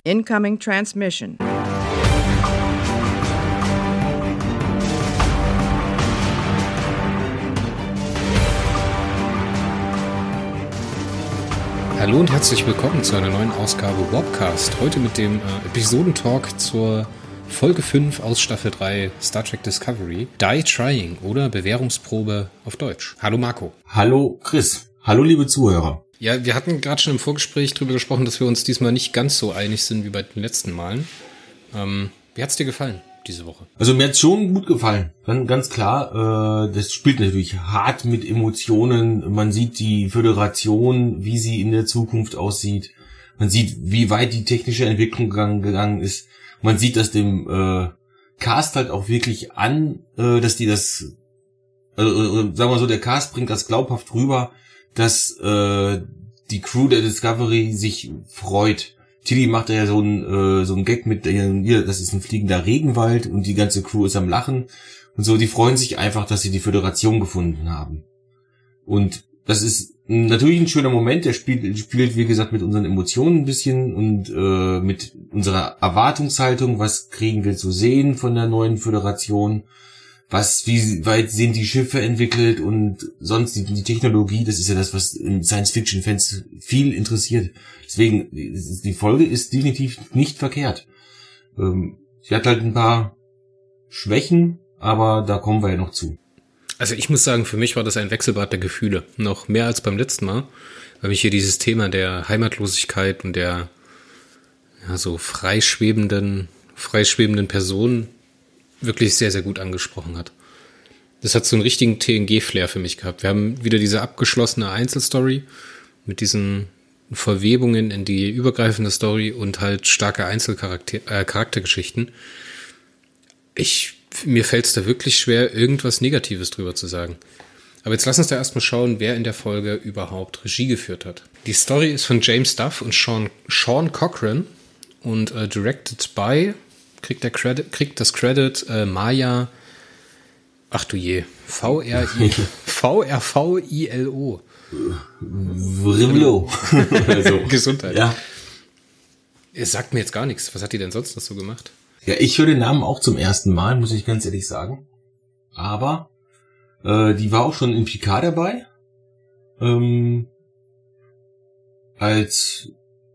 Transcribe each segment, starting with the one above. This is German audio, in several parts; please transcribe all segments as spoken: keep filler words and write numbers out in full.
Incoming transmission. Hallo und herzlich willkommen zu einer neuen Ausgabe Warpcast. Heute mit dem äh, Episodentalk zur Folge fünf aus Staffel drei Star Trek Discovery. Die Trying oder Bewährungsprobe auf Deutsch. Hallo Marco. Hallo Chris. Hallo liebe Zuhörer. Ja, wir hatten gerade schon im Vorgespräch darüber gesprochen, dass wir uns diesmal nicht ganz so einig sind wie bei den letzten Malen. Ähm, wie hat's dir gefallen diese Woche? Also mir hat's schon gut gefallen, ganz, ganz klar. Äh, das spielt natürlich hart mit Emotionen. Man sieht die Föderation, wie sie in der Zukunft aussieht. Man sieht, wie weit die technische Entwicklung gegangen, gegangen ist. Man sieht das dem äh, Cast halt auch wirklich an, äh, dass die das, also, äh, sagen wir so, der Cast bringt das glaubhaft rüber, dass äh, die Crew der Discovery sich freut. Tilly macht ja so ein äh, so ein Gag mit, äh, das ist ein fliegender Regenwald und die ganze Crew ist am Lachen und so. Die freuen sich einfach, dass sie die Föderation gefunden haben. Und das ist natürlich ein schöner Moment. Der spielt, spielt wie gesagt, mit unseren Emotionen ein bisschen und äh, mit unserer Erwartungshaltung. Was kriegen wir zu sehen von der neuen Föderation? Was, wie weit sind die Schiffe entwickelt und sonst die, die Technologie, das ist ja das, was Science-Fiction-Fans viel interessiert. Deswegen, die Folge ist definitiv nicht verkehrt. Ähm, sie hat halt ein paar Schwächen, aber da kommen wir ja noch zu. Also ich muss sagen, für mich war das ein Wechselbad der Gefühle. Noch mehr als beim letzten Mal, weil mich hier dieses Thema der Heimatlosigkeit und der ja, so freischwebenden, freischwebenden Personen wirklich sehr, sehr gut angesprochen hat. Das hat so einen richtigen T N G-Flair für mich gehabt. Wir haben wieder diese abgeschlossene Einzelstory mit diesen Verwebungen in die übergreifende Story und halt starke Einzelcharaktergeschichten. Ich, mir fällt es da wirklich schwer, irgendwas Negatives drüber zu sagen. Aber jetzt lass uns da erstmal schauen, wer in der Folge überhaupt Regie geführt hat. Die Story ist von James Duff und Sean, Sean Cochran und äh, directed by Kriegt, der Credit, kriegt das Credit äh, Maya, ach du je, V R I V R V I L O. Vrimlo. Also, Gesundheit. Ja. Es sagt mir jetzt gar nichts. Was hat die denn sonst noch so gemacht? Ja, ich höre den Namen auch zum ersten Mal, muss ich ganz ehrlich sagen. Aber äh, die war auch schon in Picard dabei. Ähm, als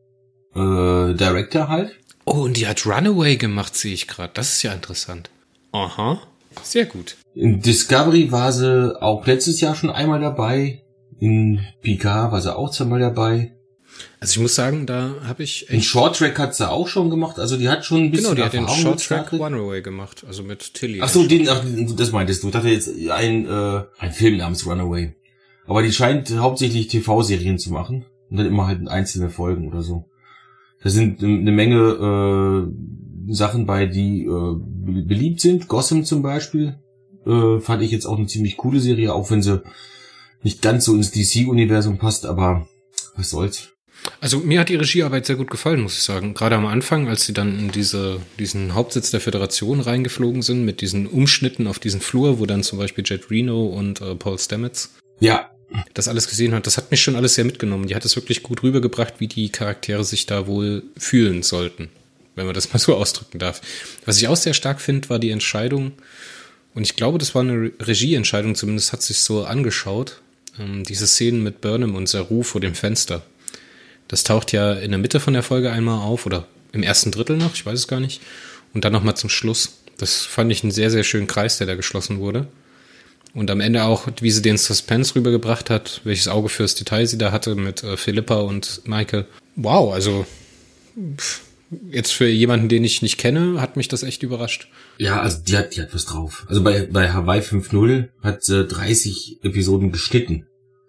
äh, Director halt. Oh, und die hat Runaway gemacht, sehe ich gerade. Das ist ja interessant. Aha, sehr gut. In Discovery war sie auch letztes Jahr schon einmal dabei. In Picard war sie auch zweimal dabei. Also ich muss sagen, da habe ich echt... In Short Track hat sie auch schon gemacht. Also die hat schon ein bisschen Genau, die Erfahrung hat den Short Track Runaway gemacht. Also mit Tilly. Ach so, den, ach, das meintest du. Ich dachte jetzt ein, äh, ein Film namens Runaway. Aber die scheint hauptsächlich T V-Serien zu machen. Und dann immer halt einzelne Folgen oder so. Da sind eine Menge äh, Sachen bei, die äh, beliebt sind. Gotham zum Beispiel äh, fand ich jetzt auch eine ziemlich coole Serie, auch wenn sie nicht ganz so ins D C-Universum passt, aber was soll's. Also mir hat die Regiearbeit sehr gut gefallen, muss ich sagen. Gerade am Anfang, als sie dann in diese diesen Hauptsitz der Föderation reingeflogen sind, mit diesen Umschnitten auf diesen Flur, wo dann zum Beispiel Jet Reno und äh, Paul Stamets ja. das alles gesehen hat, das hat mich schon alles sehr mitgenommen. Die hat es wirklich gut rübergebracht, wie die Charaktere sich da wohl fühlen sollten, wenn man das mal so ausdrücken darf. Was ich auch sehr stark finde, war die Entscheidung, und ich glaube, das war eine Regieentscheidung, zumindest hat sich so angeschaut, ähm, diese Szenen mit Burnham und Saru vor dem Fenster. Das taucht ja in der Mitte von der Folge einmal auf, oder im ersten Drittel noch, ich weiß es gar nicht, und dann nochmal zum Schluss. Das fand ich einen sehr, sehr schönen Kreis, der da geschlossen wurde. Und am Ende auch, wie sie den Suspense rübergebracht hat, welches Auge fürs Detail sie da hatte mit äh, Philippa und Michael. Wow, also pff, jetzt für jemanden, den ich nicht kenne, hat mich das echt überrascht. Ja, also die hat, die hat was drauf. Also bei, bei Hawaii fünf null hat sie dreißig Episoden geschnitten.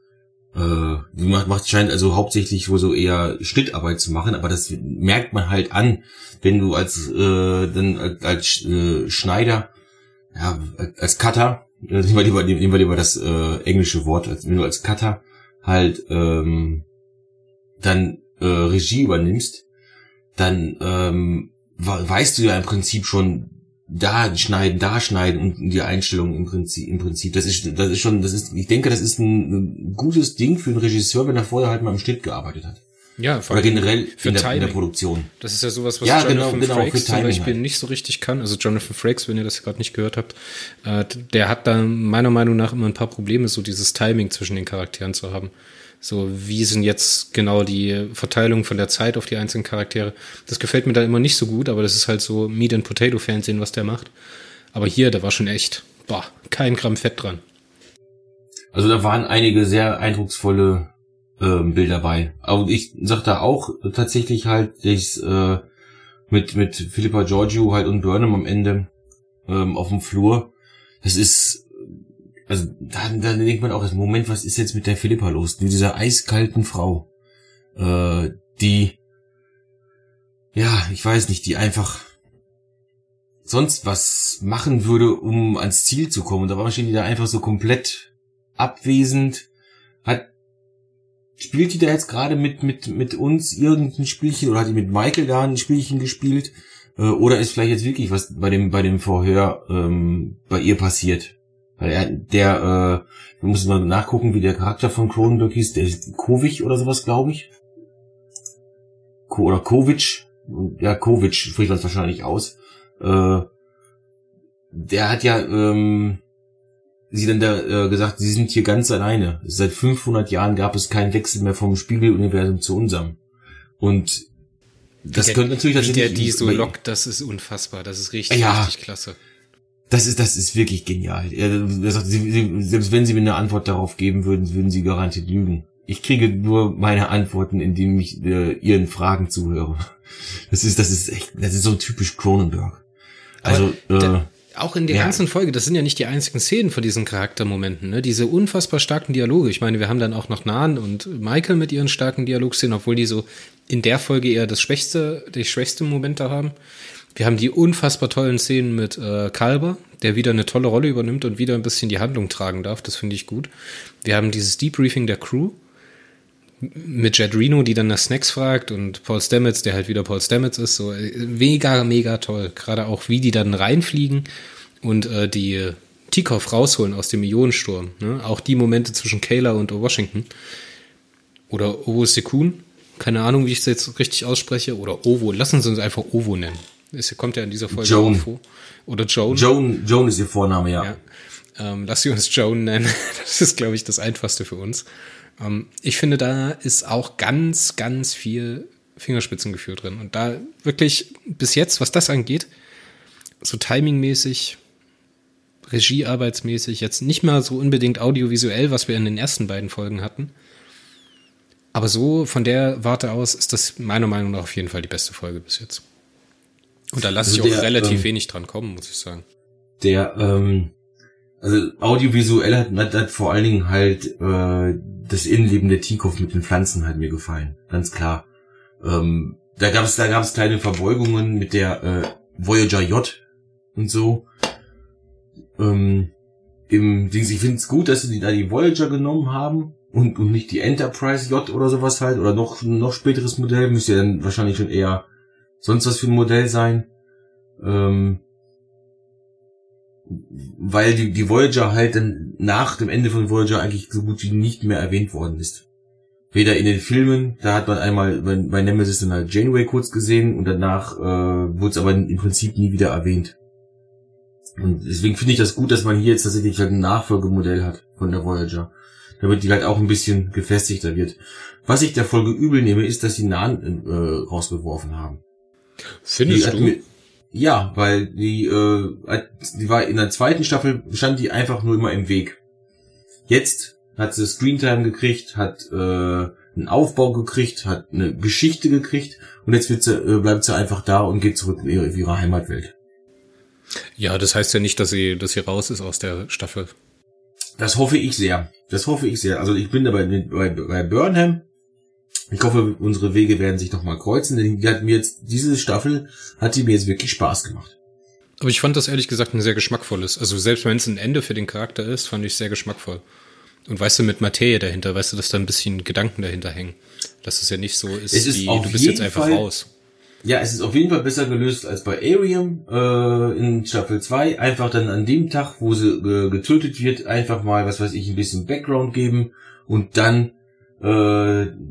Äh, die macht, macht scheint also hauptsächlich wohl so eher Schnittarbeit zu machen, aber das merkt man halt an, wenn du als äh, dann als, als äh, Schneider, ja, als Cutter, nehmen wir lieber, nehmen wir lieber das äh, englische Wort, als wenn du als Cutter halt ähm, dann äh, Regie übernimmst, dann ähm, weißt du ja im Prinzip schon, da schneiden, da schneiden und die Einstellungen im Prinzip, im Prinzip. Das ist, das ist schon, das ist, ich denke, das ist ein, ein gutes Ding für einen Regisseur, wenn er vorher halt mal im Schnitt gearbeitet hat. Ja, vor Oder allem generell für in der, Timing. in der Produktion. Das ist ja sowas, was Ja, Jonathan genau, genau, Frakes für zum Timing Beispiel halt. nicht so richtig kann. Also Jonathan Frakes, wenn ihr das gerade nicht gehört habt, äh, der hat da meiner Meinung nach immer ein paar Probleme, so dieses Timing zwischen den Charakteren zu haben. So, wie sind jetzt genau die Verteilung von der Zeit auf die einzelnen Charaktere? Das gefällt mir da immer nicht so gut, aber das ist halt so Meat and Potato Fernsehen, was der macht. Aber hier, da war schon echt, boah, kein Gramm Fett dran. Also da waren einige sehr eindrucksvolle ähm, Bilder bei. Aber ich sag da auch tatsächlich halt, dass äh, mit mit Philippa Georgiou halt und Burnham am Ende ähm, auf dem Flur, das ist, also da, da denkt man auch, Moment, was ist jetzt mit der Philippa los? Mit dieser eiskalten Frau, äh, die, ja, ich weiß nicht, die einfach sonst was machen würde, um ans Ziel zu kommen. Und da war die da einfach so komplett abwesend. Hat Spielt die da jetzt gerade mit mit mit uns irgendein Spielchen oder hat die mit Michael da ein Spielchen gespielt? Äh, oder ist vielleicht jetzt wirklich was bei dem bei dem Vorhör ähm, bei ihr passiert? Weil er, der, äh, wir müssen mal nachgucken, wie der Charakter von Cronenberg hieß. Der ist Kovic oder sowas, glaube ich. Ko oder Kovic. Ja, Kovic spricht das wahrscheinlich aus. Äh, der hat ja ähm, sie dann da äh, gesagt, sie sind hier ganz alleine. Seit fünfhundert Jahren gab es keinen Wechsel mehr vom Spiegeluniversum zu unserem. Und das der, könnte natürlich... Wie der die so lockt, das ist unfassbar. Das ist richtig, ja, richtig klasse. Das ist, das ist wirklich genial. Er, er sagt, sie, sie, selbst wenn sie mir eine Antwort darauf geben würden, würden sie garantiert lügen. Ich kriege nur meine Antworten, indem ich äh, ihren Fragen zuhöre. Das ist, das ist echt, das ist so typisch Cronenberg. Also, Aber äh, der, auch in der ja. ganzen Folge, das sind ja nicht die einzigen Szenen von diesen Charaktermomenten, ne? Diese unfassbar starken Dialoge. Ich meine, wir haben dann auch noch Nan und Michael mit ihren starken Dialogszenen, obwohl die so in der Folge eher das schwächste, die schwächste Momente haben. Wir haben die unfassbar tollen Szenen mit äh, Kalber, der wieder eine tolle Rolle übernimmt und wieder ein bisschen die Handlung tragen darf. Das finde ich gut. Wir haben dieses Debriefing der Crew mit Jet Reno, die dann nach Snacks fragt, und Paul Stamets, der halt wieder Paul Stamets ist. So mega, mega toll. Gerade auch, wie die dann reinfliegen und äh, die Tikov rausholen aus dem Ionensturm. Ne? Auch die Momente zwischen Kayla und Washington. Oder Ovo Sekun. Keine Ahnung, wie ich es jetzt richtig ausspreche. Oder Ovo. Lassen Sie uns einfach Ovo nennen. Es kommt ja in dieser Folge Joan. auch vor. Oder Joan. Joan, Joan ist ihr Vorname, ja. ja. Ähm, lass sie uns Joan nennen. Das ist, glaube ich, das Einfachste für uns. Ähm, ich finde, da ist auch ganz, ganz viel Fingerspitzengefühl drin. Und da wirklich bis jetzt, was das angeht, so timingmäßig, regiearbeitsmäßig, jetzt nicht mal so unbedingt audiovisuell, was wir in den ersten beiden Folgen hatten. Aber so von der Warte aus ist das meiner Meinung nach auf jeden Fall die beste Folge bis jetzt. Und da lasse also ich auch der, relativ ähm, wenig dran kommen, muss ich sagen. Der, ähm, also audiovisuell hat, hat, hat vor allen Dingen halt äh, das Innenleben der Tikov mit den Pflanzen hat mir gefallen, ganz klar. Ähm, da gab es da gab es kleine Verbeugungen mit der äh, Voyager J und so. Ähm, im Dings, ich finde es gut, dass sie die, da die Voyager genommen haben und, und nicht die Enterprise J oder sowas halt, oder noch noch späteres Modell, müsste ja dann wahrscheinlich schon eher sonst was für ein Modell sein. Ähm, weil die, die Voyager halt dann nach dem Ende von Voyager eigentlich so gut wie nicht mehr erwähnt worden ist. Weder in den Filmen, da hat man einmal bei, bei Nemesis dann halt Janeway kurz gesehen und danach äh, wurde es aber im Prinzip nie wieder erwähnt. Und deswegen finde ich das gut, dass man hier jetzt tatsächlich halt ein Nachfolgemodell hat von der Voyager, damit die halt auch ein bisschen gefestigter wird. Was ich der Folge übel nehme, ist, dass sie Nan äh, rausgeworfen haben. Findest die, du? Mir, ja, weil die, äh, die war in der zweiten Staffel, stand die einfach nur immer im Weg. Jetzt hat sie Screentime gekriegt, hat äh, einen Aufbau gekriegt, hat eine Geschichte gekriegt und jetzt wird sie, äh, bleibt sie einfach da und geht zurück in ihre, in ihre Heimatwelt. Ja, das heißt ja nicht, dass sie, dass sie raus ist aus der Staffel. Das hoffe ich sehr. Das hoffe ich sehr. Also ich bin da bei, bei, bei Burnham. Ich hoffe, unsere Wege werden sich noch mal kreuzen, denn die hat mir jetzt, diese Staffel hat die mir jetzt wirklich Spaß gemacht. Aber ich fand das ehrlich gesagt ein sehr geschmackvolles. Also selbst wenn es ein Ende für den Charakter ist, fand ich sehr geschmackvoll. Und weißt du, mit Materie dahinter, weißt du, dass da ein bisschen Gedanken dahinter hängen. Dass es ja nicht so ist, ist wie du bist jetzt einfach Fall, raus. Ja, es ist auf jeden Fall besser gelöst als bei Arium äh, in Staffel zwei. Einfach dann an dem Tag, wo sie äh, getötet wird, einfach mal, was weiß ich, ein bisschen Background geben und dann äh,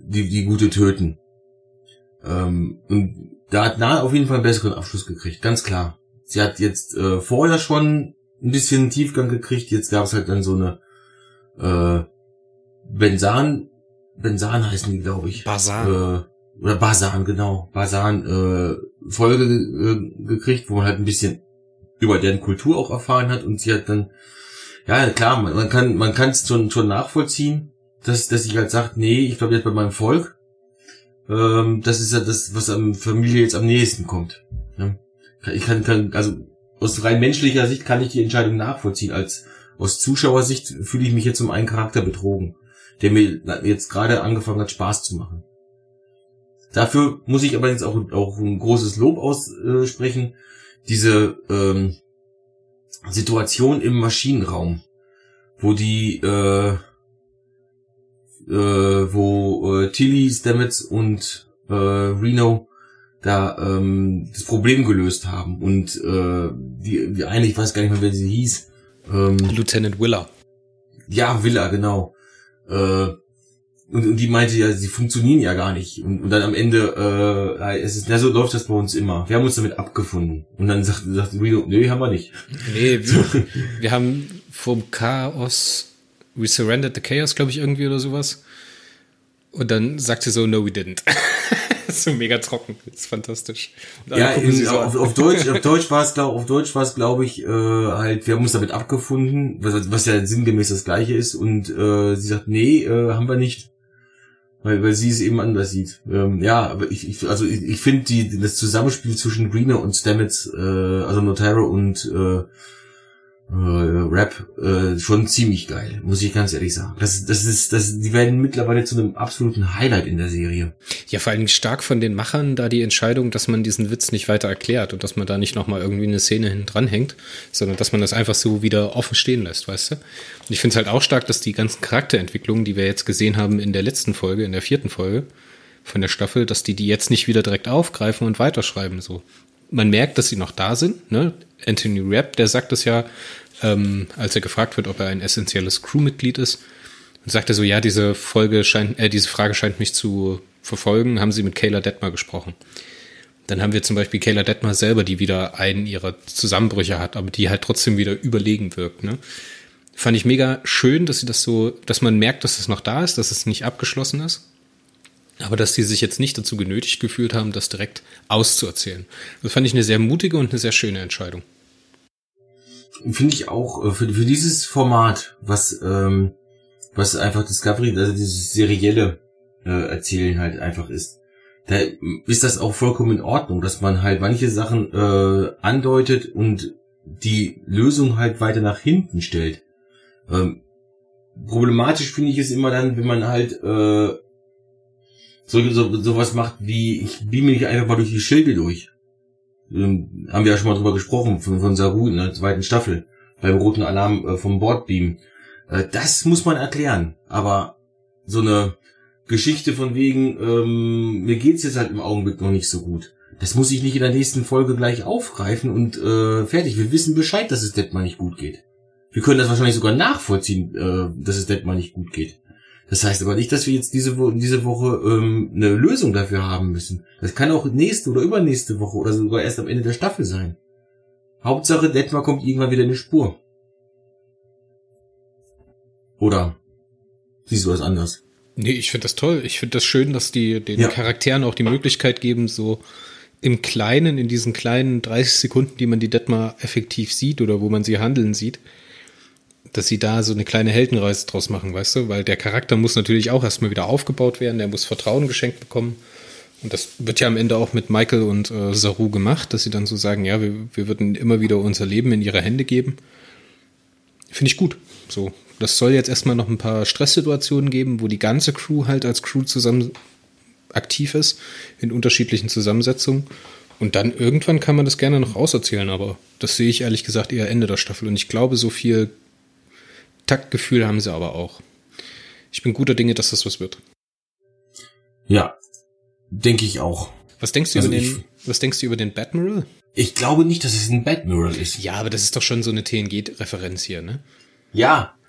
die, die Gute töten. Ähm, und da hat Nahe auf jeden Fall einen besseren Abschluss gekriegt, ganz klar. Sie hat jetzt äh, vorher schon ein bisschen Tiefgang gekriegt, jetzt gab es halt dann so eine äh, Bensan, Bensan heißen die, glaube ich. Basan. Äh, oder Basan, genau. Basan äh, Folge äh, gekriegt, wo man halt ein bisschen über deren Kultur auch erfahren hat und sie hat dann, ja klar, man, man kann man kann es schon schon nachvollziehen, dass dass sie halt sagt, nee, ich glaube jetzt bei meinem Volk, ähm, das ist ja das, was am Familie jetzt am nächsten kommt. Ja. Ich kann, kann also aus rein menschlicher Sicht kann ich die Entscheidung nachvollziehen. Als aus Zuschauersicht fühle ich mich jetzt um einen Charakter betrogen, der mir jetzt gerade angefangen hat, Spaß zu machen. Dafür muss ich aber jetzt auch, auch ein großes Lob aussprechen. Diese ähm, Situation im Maschinenraum, wo die, äh, äh, wo äh, Tilly, Stamets und äh, Reno da ähm, das Problem gelöst haben und äh, die, die eine, ich weiß gar nicht mehr, wer sie hieß. Ähm, Lieutenant Willer. Ja, Willer, genau. Äh, und, und die meinte ja, sie funktionieren ja gar nicht. Und, und dann am Ende, äh, es ist, ja, so läuft das bei uns immer. Wir haben uns damit abgefunden. Und dann sagt, sagt Reno, nee, haben wir nicht. Nee, wir, wir haben vom Chaos, we surrendered the chaos, glaube ich, irgendwie oder sowas. Und dann sagt sie so, no, we didn't. Das ist so mega trocken. Das ist fantastisch. Ja, in, so auf, auf Deutsch, auf Deutsch war es, glaube auf Deutsch war es, glaube ich, äh, halt, wir haben uns damit abgefunden, was, was ja sinngemäß das Gleiche ist. Und äh, sie sagt, nee, äh, haben wir nicht, weil, weil sie es eben anders sieht. Ähm, ja, aber ich, ich also ich, ich finde die das Zusammenspiel zwischen Reno und Stamets, äh, also Notaro und äh, äh, Rap äh, schon ziemlich geil, muss ich ganz ehrlich sagen. Das, das ist, das, die werden mittlerweile zu einem absoluten Highlight in der Serie. Ja, vor allem stark von den Machern da die Entscheidung, dass man diesen Witz nicht weiter erklärt und dass man da nicht nochmal irgendwie eine Szene hinten dran hängt, sondern dass man das einfach so wieder offen stehen lässt, weißt du? Und ich finde es halt auch stark, dass die ganzen Charakterentwicklungen, die wir jetzt gesehen haben in der letzten Folge, in der vierten Folge von der Staffel, dass die die jetzt nicht wieder direkt aufgreifen und weiterschreiben, so. Man merkt, dass sie noch da sind, ne? Anthony Rapp, der sagt es ja, ähm, als er gefragt wird, ob er ein essentielles Crewmitglied ist, und sagt er so, ja, diese Folge scheint, äh, diese Frage scheint mich zu verfolgen, haben sie mit Kayla Detmer gesprochen. Dann haben wir zum Beispiel Kayla Detmer selber, die wieder einen ihrer Zusammenbrüche hat, aber die halt trotzdem wieder überlegen wirkt, ne? Fand ich mega schön, dass sie das so, dass man merkt, dass es noch da ist, dass es nicht abgeschlossen ist. Aber dass die sich jetzt nicht dazu genötigt gefühlt haben, das direkt auszuerzählen. Das fand ich eine sehr mutige und eine sehr schöne Entscheidung. Finde ich auch, für, für dieses Format, was ähm, was einfach Discovery, also dieses serielle äh, Erzählen halt einfach ist, da ist das auch vollkommen in Ordnung, dass man halt manche Sachen äh, andeutet und die Lösung halt weiter nach hinten stellt. Ähm, problematisch finde ich es immer dann, wenn man halt äh, So, so, sowas macht wie, ich beame mich einfach mal durch die Schilde durch. Ähm, haben wir ja schon mal drüber gesprochen, von, von Saru in der zweiten Staffel, beim roten Alarm äh, vom Bordbeam. Äh, das muss man erklären. Aber so eine Geschichte von wegen, ähm, mir geht's jetzt halt im Augenblick noch nicht so gut. Das muss ich nicht in der nächsten Folge gleich aufgreifen und äh, fertig. Wir wissen Bescheid, dass es Detmar nicht gut geht. Wir können das wahrscheinlich sogar nachvollziehen, äh, dass es Detmar nicht gut geht. Das heißt aber nicht, dass wir jetzt diese, Wo- diese Woche ähm, eine Lösung dafür haben müssen. Das kann auch nächste oder übernächste Woche oder sogar erst am Ende der Staffel sein. Hauptsache, Detmar kommt irgendwann wieder in die Spur. Oder siehst du das anders? Nee, ich finde das toll. Ich finde das schön, dass die den Ja. Charakteren auch die Möglichkeit geben, so im Kleinen, in diesen kleinen dreißig Sekunden, die man die Detmar effektiv sieht oder wo man sie handeln sieht, dass sie da so eine kleine Heldenreise draus machen, weißt du? Weil der Charakter muss natürlich auch erstmal wieder aufgebaut werden, der muss Vertrauen geschenkt bekommen. Und das wird ja am Ende auch mit Michael und äh, Saru gemacht, dass sie dann so sagen, ja, wir, wir würden immer wieder unser Leben in ihre Hände geben. Finde ich gut. So, das soll jetzt erstmal noch ein paar Stresssituationen geben, wo die ganze Crew halt als Crew zusammen aktiv ist, in unterschiedlichen Zusammensetzungen. Und dann irgendwann kann man das gerne noch auserzählen, aber das sehe ich ehrlich gesagt eher Ende der Staffel. Und ich glaube, so viel Taktgefühl haben sie aber auch. Ich bin guter Dinge, dass das was wird. Ja, denke ich auch. Was denkst du Also über ich- den, was denkst du über den Batmiral? Ich glaube nicht, dass es ein Batmural ist. Ja, aber das ist doch schon so eine T N G-Referenz hier, ne? Ja,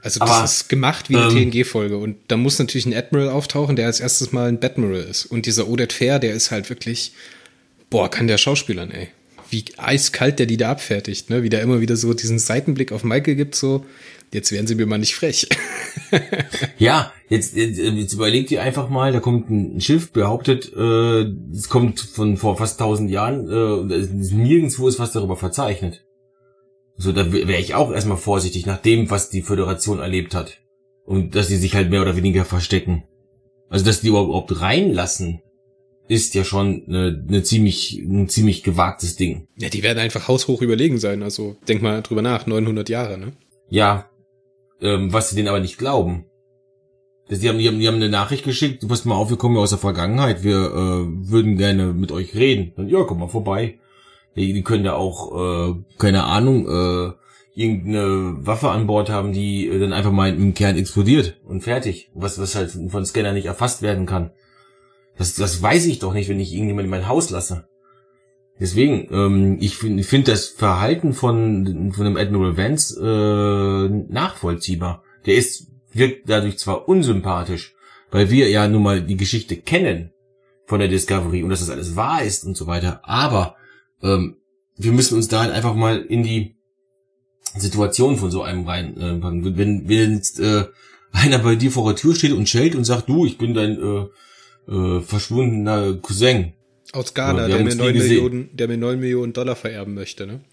Also das Aber, ist gemacht wie eine ähm, T N G-Folge. Und da muss natürlich ein Admiral auftauchen, der als erstes mal ein Batmiral ist. Und dieser Oded Fehr, der ist halt wirklich, boah, kann der Schauspielern, ey. Wie eiskalt der die da abfertigt, ne? Wie der immer wieder so diesen Seitenblick auf Michael gibt, so, jetzt werden sie mir mal nicht frech. Ja, jetzt, jetzt, jetzt überlegt ihr einfach mal, da kommt ein Schiff, behauptet, äh, es kommt von vor fast tausend Jahren, äh, nirgendwo ist was darüber verzeichnet. So, da wäre ich auch erstmal vorsichtig nach dem, was die Föderation erlebt hat. Und dass die sich halt mehr oder weniger verstecken. Also, dass die überhaupt reinlassen, ist ja schon eine, eine ziemlich, ein ziemlich gewagtes Ding. Ja, die werden einfach haushoch überlegen sein. Also, denk mal drüber nach, neunhundert Jahre, ne? Ja, ähm, was sie denen aber nicht glauben. Die haben, die haben, die haben eine Nachricht geschickt, du passt mal auf, wir kommen ja aus der Vergangenheit, wir äh, würden gerne mit euch reden. Dann, ja, komm mal vorbei. Die, die können da auch, äh, keine Ahnung, äh, irgendeine Waffe an Bord haben, die äh, dann einfach mal im Kern explodiert und fertig. Was, was halt von Scanner nicht erfasst werden kann. Das, das weiß ich doch nicht, wenn ich irgendjemand in mein Haus lasse. Deswegen, ähm, ich finde ich find das Verhalten von, von dem Admiral Vance äh, nachvollziehbar. Der ist, wirkt dadurch zwar unsympathisch, weil wir ja nun mal die Geschichte kennen von der Discovery und dass das alles wahr ist und so weiter, aber ähm, wir müssen uns da halt einfach mal in die Situation von so einem reinpacken. Äh, wenn, wenn jetzt äh, einer bei dir vor der Tür steht und schellt und sagt, du, ich bin dein äh, äh, verschwundener Cousin. Aus Ghana, der mir, neun Millionen, der mir neun Millionen Dollar vererben möchte, ne?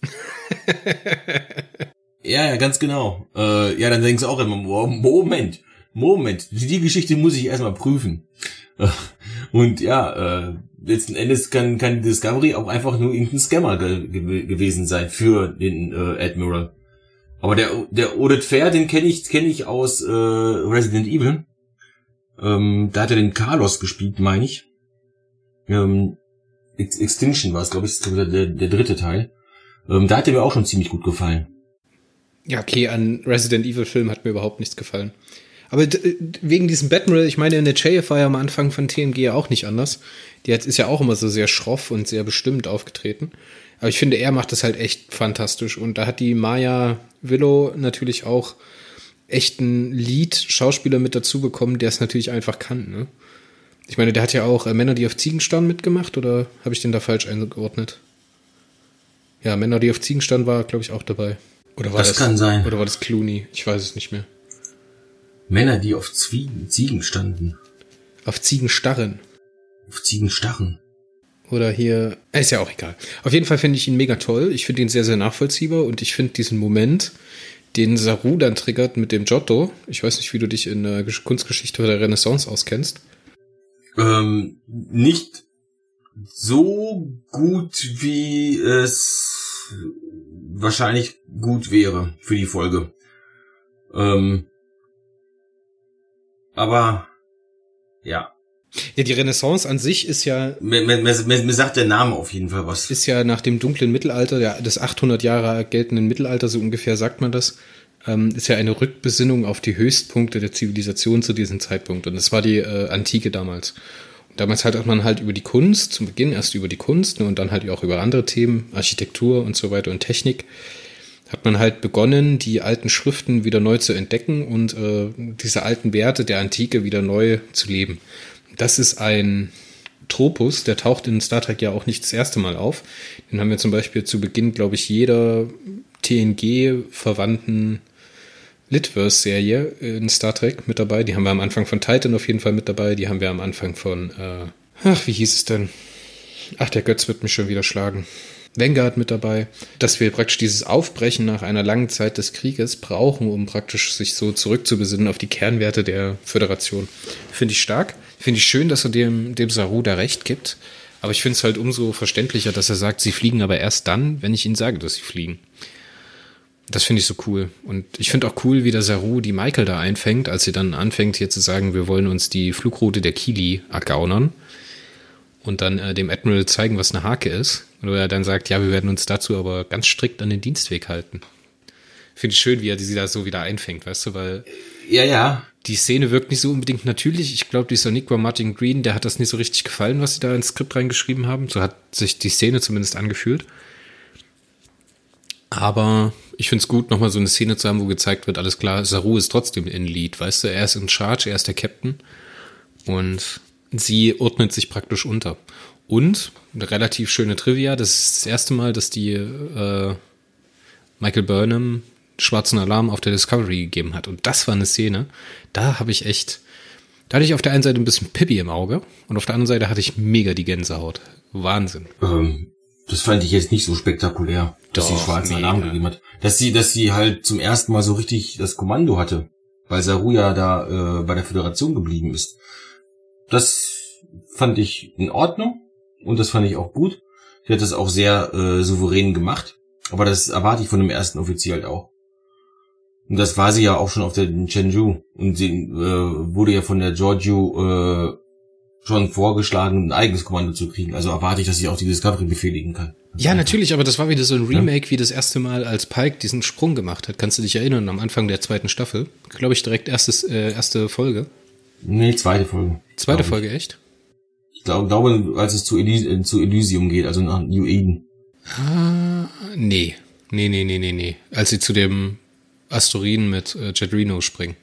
Ja, ja, ganz genau. Äh, ja, dann denkst du auch immer, Moment, Moment, die Geschichte muss ich erstmal prüfen. Und ja, äh, letzten Endes kann, kann die Discovery auch einfach nur irgendein Scammer ge ge gewesen sein für den äh, Admiral. Aber der der Oded Fehr, den kenne ich kenne ich aus äh, Resident Evil. Ähm, da hat er den Carlos gespielt, meine ich. Ähm, Ex Extinction war es, glaube ich, der, der, der dritte Teil. Ähm, da hat er mir auch schon ziemlich gut gefallen. Ja, okay, an Resident Evil Film hat mir überhaupt nichts gefallen. Aber wegen diesem Batmiral, ich meine, in der J F war ja am Anfang von T N G ja auch nicht anders. Die hat, ist ja auch immer so sehr schroff und sehr bestimmt aufgetreten. Aber ich finde, er macht das halt echt fantastisch. Und da hat die Maya Willow natürlich auch echt einen Lead-Schauspieler mit dazu bekommen, der es natürlich einfach kann, ne? Ich meine, der hat ja auch äh, Männer, die auf Ziegen standen mitgemacht, oder habe ich den da falsch eingeordnet? Ja, Männer, die auf Ziegen standen, war, glaube ich, auch dabei. Oder war das, das kann sein. Oder war das Clooney? Ich weiß es nicht mehr. Männer, die auf Zwiegen, Ziegen standen. Auf Ziegen starren. Auf Ziegen starren. Oder hier, ist ja auch egal. Auf jeden Fall finde ich ihn mega toll. Ich finde ihn sehr, sehr nachvollziehbar und ich finde diesen Moment, den Saru dann triggert mit dem Giotto. Ich weiß nicht, wie du dich in der Kunstgeschichte der Renaissance auskennst. Ähm, nicht so gut, wie es wahrscheinlich gut wäre für die Folge. Ähm, aber, ja. Ja, die Renaissance an sich ist ja... Mir, mir, mir, mir sagt der Name auf jeden Fall was. Ist ja nach dem dunklen Mittelalter, ja, des achthundert Jahre geltenden Mittelalter, so ungefähr sagt man das, ähm, ist ja eine Rückbesinnung auf die Höchstpunkte der Zivilisation zu diesem Zeitpunkt. Und das war die äh, Antike damals. Und damals halt hat man halt über die Kunst, zum Beginn erst über die Kunst, ne, und dann halt auch über andere Themen, Architektur und so weiter und Technik, hat man halt begonnen, die alten Schriften wieder neu zu entdecken und äh, diese alten Werte der Antike wieder neu zu leben. Das ist ein Tropus, der taucht in Star Trek ja auch nicht das erste Mal auf. Den haben wir zum Beispiel zu Beginn, glaube ich, jeder T N G-verwandten Litverse-Serie in Star Trek mit dabei. Die haben wir am Anfang von Titan auf jeden Fall mit dabei. Die haben wir am Anfang von, äh, ach, wie hieß es denn? Ach, der Götz wird mich schon wieder schlagen. Vanguard mit dabei. Dass wir praktisch dieses Aufbrechen nach einer langen Zeit des Krieges brauchen, um praktisch sich so zurückzubesinnen auf die Kernwerte der Föderation. Finde ich stark. Finde ich schön, dass er dem, dem Saru da recht gibt. Aber ich finde es halt umso verständlicher, dass er sagt, sie fliegen aber erst dann, wenn ich ihnen sage, dass sie fliegen. Das finde ich so cool. Und ich finde auch cool, wie der Saru die Michael da einfängt, als sie dann anfängt hier zu sagen, wir wollen uns die Flugroute der Kili ergaunern und dann äh, dem Admiral zeigen, was eine Hake ist. Und er dann sagt, ja, wir werden uns dazu aber ganz strikt an den Dienstweg halten. Finde ich schön, wie er sie da so wieder einfängt, weißt du, weil ja, ja. Die Szene wirkt nicht so unbedingt natürlich. Ich glaube, dieser Sonequa Martin Green, der hat das nicht so richtig gefallen, was sie da ins Skript reingeschrieben haben. So hat sich die Szene zumindest angefühlt. Aber ich finde es gut, nochmal so eine Szene zu haben, wo gezeigt wird, alles klar, Saru ist trotzdem in Lead, weißt du, er ist in Charge, er ist der Captain und sie ordnet sich praktisch unter. Und eine relativ schöne Trivia, das ist das erste Mal, dass die äh, Michael Burnham schwarzen Alarm auf der Discovery gegeben hat. Und das war eine Szene, da habe ich echt, da hatte ich auf der einen Seite ein bisschen Pippi im Auge und auf der anderen Seite hatte ich mega die Gänsehaut. Wahnsinn. Ähm, das fand ich jetzt nicht so spektakulär, dass Doch, sie schwarzen mega. Alarm gegeben hat. Dass sie, dass sie halt zum ersten Mal so richtig das Kommando hatte, weil Saru ja da äh, bei der Föderation geblieben ist. Das fand ich in Ordnung und das fand ich auch gut. Sie hat das auch sehr äh, souverän gemacht, aber das erwarte ich von dem ersten Offizier halt auch. Und das war sie ja auch schon auf der Chengdu und sie äh, wurde ja von der Georgiou äh, schon vorgeschlagen, ein eigenes Kommando zu kriegen. Also erwarte ich, dass sie auch die Discovery befehligen kann. Ja, natürlich, aber das war wieder so ein Remake, ja? Wie das erste Mal, als Pike diesen Sprung gemacht hat. Kannst du dich erinnern, am Anfang der zweiten Staffel? Glaube ich, direkt erstes, äh, erste Folge. Nee, zweite Folge. Zweite Folge, echt? Ich glaube, glaube, als es zu, Ely- zu Elysium geht, also nach New Eden. Ah, nee. Nee, nee, nee, nee, nee. Als sie zu dem Asteroiden mit äh, Jet Reno springen.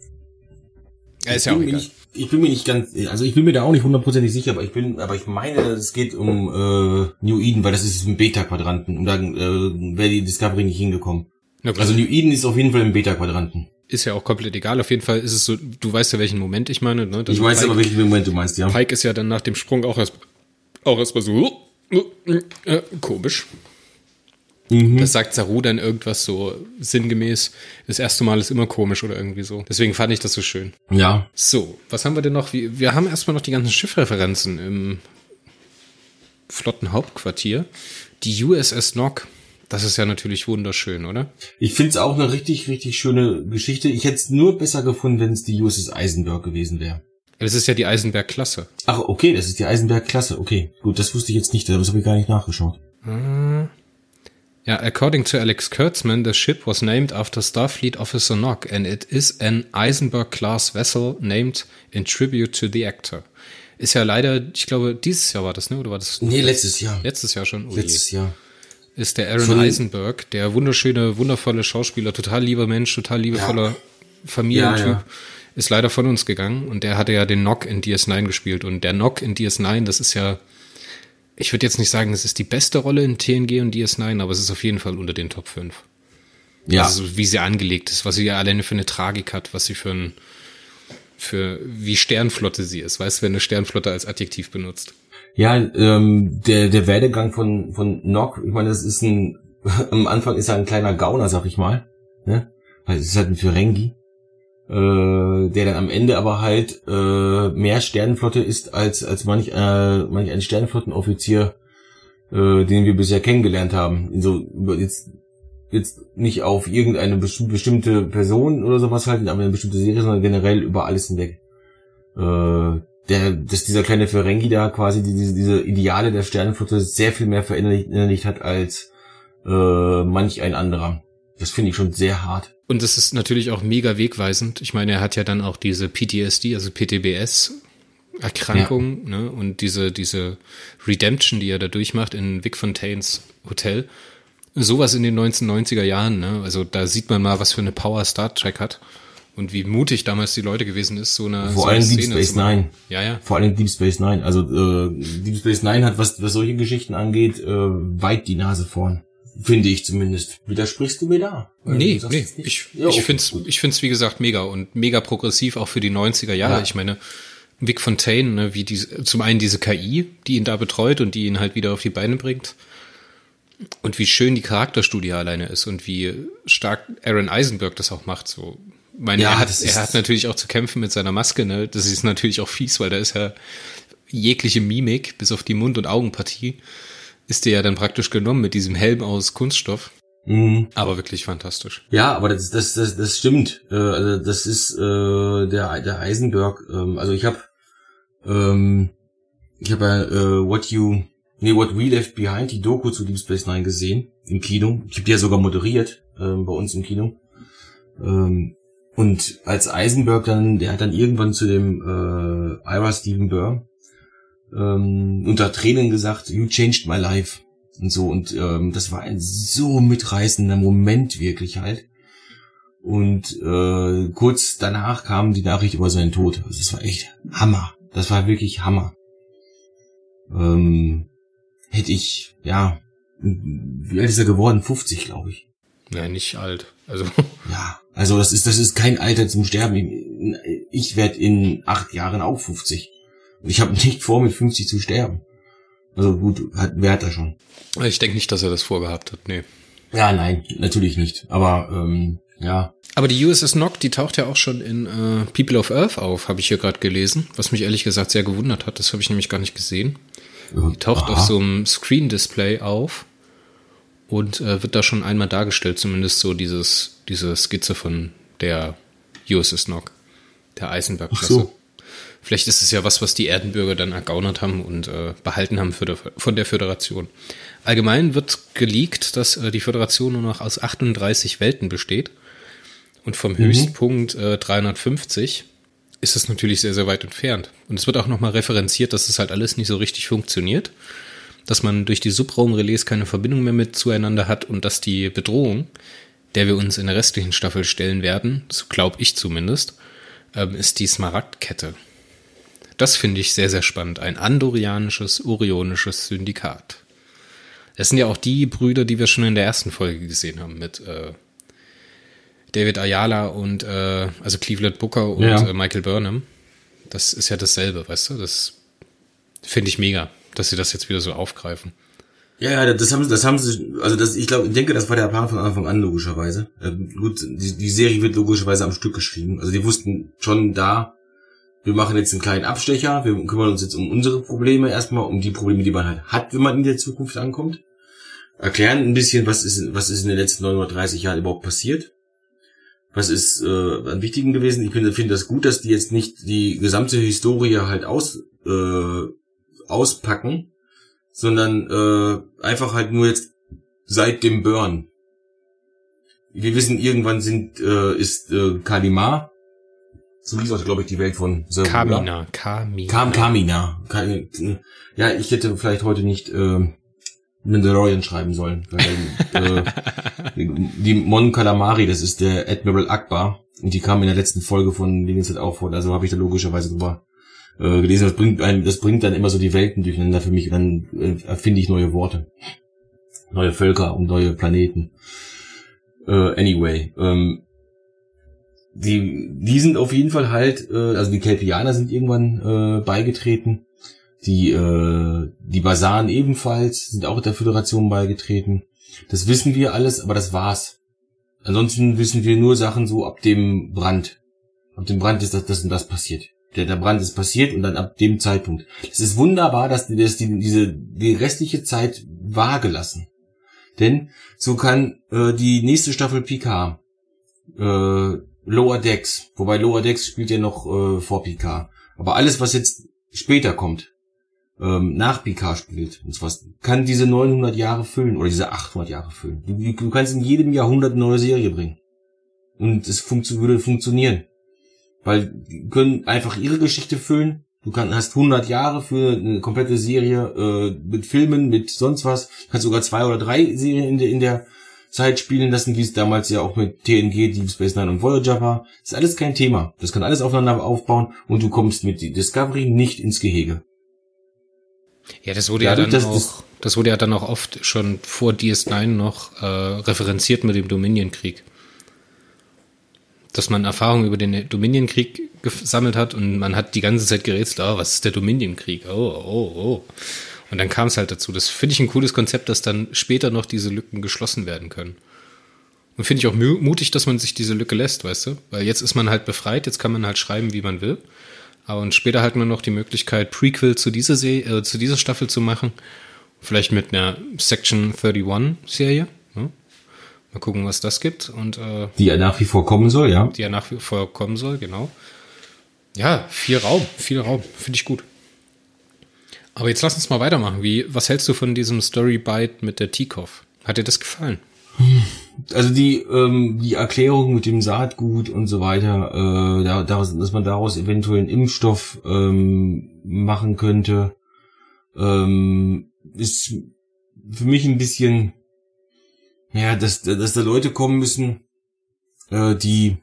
Ja, ist ja auch egal. Nicht, ich bin mir nicht ganz, also ich bin mir da auch nicht hundertprozentig sicher, aber ich bin, aber ich meine, es geht um äh, New Eden, weil das ist im Beta-Quadranten und dann äh, wäre die Discovery nicht hingekommen. Ja, also New Eden ist auf jeden Fall im Beta-Quadranten. Ist ja auch komplett egal. Auf jeden Fall ist es so, du weißt ja, welchen Moment ich meine. Ne? Ich weiß aber, welchen Moment du meinst, ja. Pike ist ja dann nach dem Sprung auch erst auch erstmal so äh, komisch. Mhm. Das sagt Saru dann irgendwas so sinngemäß, das erste Mal ist immer komisch oder irgendwie so. Deswegen fand ich das so schön. Ja. So, was haben wir denn noch? Wir, wir haben erstmal noch die ganzen Schiffreferenzen im Flottenhauptquartier. Die U S S Nock. Das ist ja natürlich wunderschön, oder? Ich find's auch eine richtig, richtig schöne Geschichte. Ich hätte es nur besser gefunden, wenn es die U S S Eisenberg gewesen wäre. Das ist ja die Eisenberg-Klasse. Ach, okay, das ist die Eisenberg-Klasse. Okay, gut, das wusste ich jetzt nicht. Das habe ich gar nicht nachgeschaut. Hm. Ja, according to Alex Kurtzman, the ship was named after Starfleet Officer Nock and it is an Eisenberg-class vessel named in tribute to the actor. Ist ja leider, ich glaube, dieses Jahr war das, ne? Oder war das? Nee, letztes Jahr. Letztes Jahr schon? Oh letztes je. Jahr. Ist der Aaron Von Eisenberg, der wunderschöne, wundervolle Schauspieler, total lieber Mensch, total liebevoller ja. Familientyp, ja, ja. ist leider von uns gegangen und der hatte ja den Nock in D S neun gespielt und der Nock in D S neun, das ist ja, ich würde jetzt nicht sagen, das ist die beste Rolle in T N G und D S neun, aber es ist auf jeden Fall unter den Top fünf. Ja. Also wie sie angelegt ist, was sie ja alleine für eine Tragik hat, was sie für ein, für, wie Sternflotte sie ist, weißt du, wenn eine Sternflotte als Adjektiv benutzt. Ja, ähm, der der Werdegang von von Nock, ich meine, das ist ein, am Anfang ist er ein kleiner Gauner, sag ich mal, ne? Weil es ist halt ein Ferengi, äh, der dann am Ende aber halt äh, mehr Sternenflotte ist als als manch äh, manch ein Sternenflottenoffizier, äh, den wir bisher kennengelernt haben. So jetzt jetzt nicht auf irgendeine bestimmte Person oder sowas halt, aber eine bestimmte Serie, sondern generell über alles hinweg. Äh, der, dass dieser kleine Ferengi da quasi diese, diese Ideale der Sternenflotte sehr viel mehr verinnerlicht hat als äh, manch ein anderer. Das finde ich schon sehr hart. Und das ist natürlich auch mega wegweisend. Ich meine, er hat ja dann auch diese P T S D, also P T B S-Erkrankung, ja. ne? Und diese, diese Redemption, die er da durchmacht in Vic Fontaines Hotel. Sowas in den neunzehnhundertneunziger Jahren, ne? Also da sieht man mal, was für eine Power Star Trek hat. Und wie mutig damals die Leute gewesen ist, so eine Vor so allem eine Deep Szene Space Nine. Ja, ja. Vor allem Deep Space Nine. Also äh, Deep Space Nine hat, was, was solche Geschichten angeht, äh, weit die Nase vorn. Finde ich zumindest. Widersprichst du mir da? Nee, nee. Ich, ja, ich okay, find's, gut. ich find's, wie gesagt, mega und mega progressiv, auch für die neunziger Jahre. Ja. Ich meine, Vic Fontaine, ne, wie die, zum einen diese K I, die ihn da betreut und die ihn halt wieder auf die Beine bringt. Und wie schön die Charakterstudie alleine ist und wie stark Aaron Eisenberg das auch macht, so. Ich meine, Ja, er hat, das er ist- hat natürlich auch zu kämpfen mit seiner Maske, ne? Das ist natürlich auch fies, weil da ist ja jegliche Mimik, bis auf die Mund- und Augenpartie, ist dir ja dann praktisch genommen mit diesem Helm aus Kunststoff. Mhm. Aber wirklich fantastisch. Ja, aber das das das, das stimmt. Äh, also das ist äh, der der Eisenberg. Ähm, also ich habe ähm, ich habe ja äh, What You nee What We Left Behind, die Doku zu Deep Space Nine gesehen im Kino. Ich habe die ja sogar moderiert ähm, bei uns im Kino. Ähm, und als Eisenberg dann, der hat dann irgendwann zu dem äh, Ira Stephen Burr ähm, unter Tränen gesagt, "You changed my life." und so. Und ähm, das war ein so mitreißender Moment wirklich halt. Und äh, kurz danach kam die Nachricht über seinen Tod. Also das war echt Hammer. Das war wirklich Hammer. Ähm, hätte ich, ja, wie alt ist er geworden? fünfzig, glaube ich. Ja, nicht alt. Also ja, also das ist das ist kein Alter zum Sterben. Ich werde in acht Jahren auch fünfzig. Und ich habe nicht vor, mit fünfzig zu sterben. Also gut, hat, wer hat er schon? Ich denke nicht, dass er das vorgehabt hat, nee. Ja, nein, natürlich nicht. Aber, ähm, ja. Aber die U S S Nock, die taucht ja auch schon in äh, People of Earth auf, habe ich hier gerade gelesen. Was mich ehrlich gesagt sehr gewundert hat. Das habe ich nämlich gar nicht gesehen. Die taucht Aha. auf so einem Screen-Display auf und äh, wird da schon einmal dargestellt, zumindest so dieses diese Skizze von der U S S Nock, der Eisenberg-Klasse. So. Vielleicht ist es ja was, was die Erdenbürger dann ergaunert haben und äh, behalten haben für der, von der Föderation. Allgemein wird geleakt, dass äh, die Föderation nur noch aus achtunddreißig Welten besteht. Und vom mhm. Höchstpunkt äh, dreihundertfünfzig ist es natürlich sehr, sehr weit entfernt. Und es wird auch nochmal referenziert, dass es halt alles nicht so richtig funktioniert. Dass man durch die Subraumrelais keine Verbindung mehr mit zueinander hat und dass die Bedrohung, der wir uns in der restlichen Staffel stellen werden, so glaube ich zumindest, ähm, ist die Smaragdkette. Das finde ich sehr, sehr spannend. Ein andorianisches, orionisches Syndikat. Das sind ja auch die Brüder, die wir schon in der ersten Folge gesehen haben mit äh, David Ayala und äh, also Cleveland Booker und ja. äh, Michael Burnham. Das ist ja dasselbe, weißt du? Das finde ich mega, dass sie das jetzt wieder so aufgreifen. Ja, ja, das haben sie, das haben sie, also das, ich glaube, ich denke, das war der Plan von Anfang an logischerweise. Ähm, gut, die, die Serie wird logischerweise am Stück geschrieben. Also die wussten schon da, wir machen jetzt einen kleinen Abstecher, wir kümmern uns jetzt um unsere Probleme erstmal, um die Probleme, die man halt hat, wenn man in der Zukunft ankommt. Erklären ein bisschen, was ist, was ist in den letzten neunhundertdreißig Jahren überhaupt passiert. Was ist äh, an Wichtigen gewesen? Ich finde, finde das gut, dass die jetzt nicht die gesamte Historie halt aus äh, auspacken, sondern äh, einfach halt nur jetzt seit dem Burn. Wir wissen, irgendwann sind äh, ist äh, Kalimar, so hieß auch, glaube ich, die Welt von Sir Kamina, Kamina. Kam Kamina. Ja, ich hätte vielleicht heute nicht äh, Mandalorian schreiben sollen. Weil, äh, die Mon Calamari, das ist der Admiral Akbar, und die kam in der letzten Folge von Dingens halt auch vor. Also habe ich da logischerweise drüber äh, gelesen. Das bringt ein, das bringt dann immer so die Welten durcheinander für mich. Und dann äh, erfinde ich neue Worte, neue Völker und neue Planeten. Äh, anyway, ähm, die die sind auf jeden Fall halt, äh, also die Kelpianer sind irgendwann äh, beigetreten. Die äh, die Basanen ebenfalls sind auch der Föderation beigetreten. Das wissen wir alles, aber das war's. Ansonsten wissen wir nur Sachen so ab dem Brand. Ab dem Brand ist das, das und das passiert. Der, der Brand ist passiert und dann ab dem Zeitpunkt. Es ist wunderbar, dass die, dass die diese die restliche Zeit vage lassen. Denn so kann äh, die nächste Staffel Picard äh, Lower Decks, wobei Lower Decks spielt ja noch äh, vor Picard. Aber alles, was jetzt später kommt, ähm, nach Picard spielt, und zwar kann diese neunhundert Jahre füllen, oder diese achthundert Jahre füllen. Du, du kannst in jedem Jahrhundert eine neue Serie bringen. Und es funktio- würde funktionieren. Weil die können einfach ihre Geschichte füllen. Du kann, hast hundert Jahre für eine komplette Serie äh, mit Filmen, mit sonst was. Du kannst sogar zwei oder drei Serien in der, in der Zeit spielen lassen, wie es damals ja auch mit T N G, Deep Space Nine und Voyager war. Das ist alles kein Thema. Das kann alles aufeinander aufbauen und du kommst mit Discovery nicht ins Gehege. Ja, das wurde ja, ja dann das, auch, das, das wurde ja dann auch oft schon vor D S neun noch äh, referenziert mit dem Dominion-Krieg. Dass man Erfahrung über den Dominion-Krieg gesammelt hat und man hat die ganze Zeit gerätselt, oh, was ist der Dominion-Krieg? Oh, oh, oh. Und dann kam es halt dazu. Das finde ich ein cooles Konzept, dass dann später noch diese Lücken geschlossen werden können. Und finde ich auch mutig, dass man sich diese Lücke lässt, weißt du? Weil jetzt ist man halt befreit, jetzt kann man halt schreiben, wie man will. Aber und später hat man noch die Möglichkeit, Prequel zu dieser, Se- äh, zu dieser Staffel zu machen. Vielleicht mit einer Section einunddreißig-Serie. Ne? Mal gucken, was das gibt. Und, äh, die ja nach wie vor kommen soll, ja. Die ja nach wie vor kommen soll, genau. Ja, viel Raum, viel Raum. Finde ich gut. Aber jetzt lass uns mal weitermachen. Wie, was hältst du von diesem Story-Bite mit der Tikov? Hat dir das gefallen? Also die ähm, die Erklärung mit dem Saatgut und so weiter, äh, da, daraus, dass man daraus eventuell einen Impfstoff ähm, machen könnte, ähm, ist für mich ein bisschen, ja, dass, dass da Leute kommen müssen, äh, die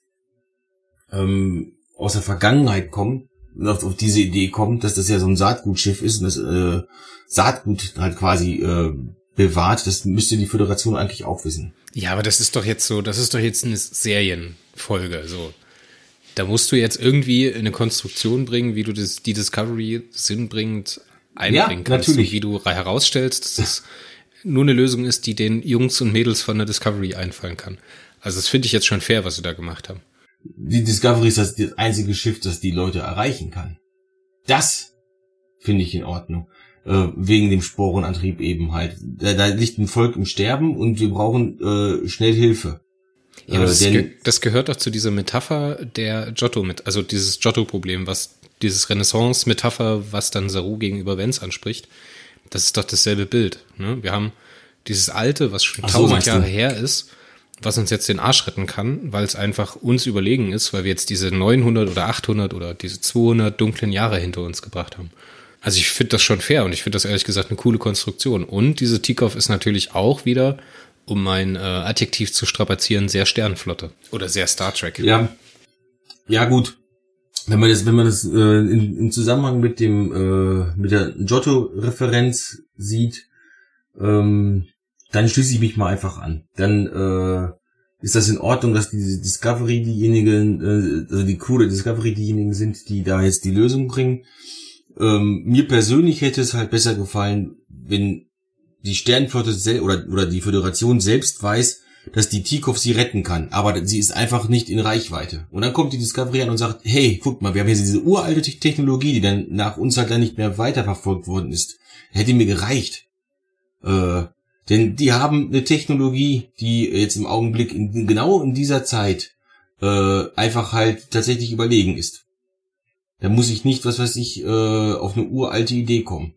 ähm, aus der Vergangenheit kommen und auf, auf diese Idee kommen, dass das ja so ein Saatgutschiff ist und das äh, Saatgut halt quasi äh, bewahrt. Das müsste die Föderation eigentlich auch wissen. Ja, aber das ist doch jetzt so, das ist doch jetzt eine Serienfolge, so. Da musst du jetzt irgendwie eine Konstruktion bringen, wie du das, die Discovery sinnbringend einbringen ja, kannst. natürlich. Und wie du herausstellst, dass es nur eine Lösung ist, die den Jungs und Mädels von der Discovery einfallen kann. Also das finde ich jetzt schon fair, was sie da gemacht haben. Die Discovery ist das, das einzige Schiff, das die Leute erreichen kann. Das finde ich in Ordnung. Äh, wegen dem Sporenantrieb eben halt. Da, da liegt ein Volk im Sterben und wir brauchen äh, schnell Hilfe. Ja, aber äh, das, denn, ge- das gehört doch zu dieser Metapher der Giotto mit, also dieses Giotto-Problem, was dieses Renaissance-Metapher, was dann Saru gegenüber Vance anspricht. Das ist doch dasselbe Bild. Ne? Wir haben dieses Alte, was schon Ach so, tausend meinst du? Jahre her ist, was uns jetzt den Arsch retten kann, weil es einfach uns überlegen ist, weil wir jetzt diese neunhundert oder achthundert oder diese zweihundert dunklen Jahre hinter uns gebracht haben. Also ich finde das schon fair und ich finde das ehrlich gesagt eine coole Konstruktion. Und diese Tikov ist natürlich auch wieder, um mein äh, Adjektiv zu strapazieren, sehr Sternenflotte oder sehr Star Trek. Ja, ja gut. Wenn man das, wenn man das äh, in, im Zusammenhang mit dem äh, mit der Giotto-Referenz sieht, ähm, dann schließe ich mich mal einfach an. Dann äh, ist das in Ordnung, dass diese Discovery diejenigen, äh, also die Crew der Discovery diejenigen sind, die da jetzt die Lösung bringen. Ähm, mir persönlich hätte es halt besser gefallen, wenn die Sternenflotte sel- oder oder die Föderation selbst weiß, dass die Tikov sie retten kann, aber sie ist einfach nicht in Reichweite. Und dann kommt die Discovery an und sagt, hey, guck mal, wir haben hier diese uralte Technologie, die dann nach uns halt dann nicht mehr weiterverfolgt worden ist. Hätte mir gereicht. Äh, denn die haben eine Technologie, die jetzt im Augenblick in, genau in dieser Zeit äh, einfach halt tatsächlich überlegen ist. Da muss ich nicht, was weiß ich, äh, auf eine uralte Idee kommen.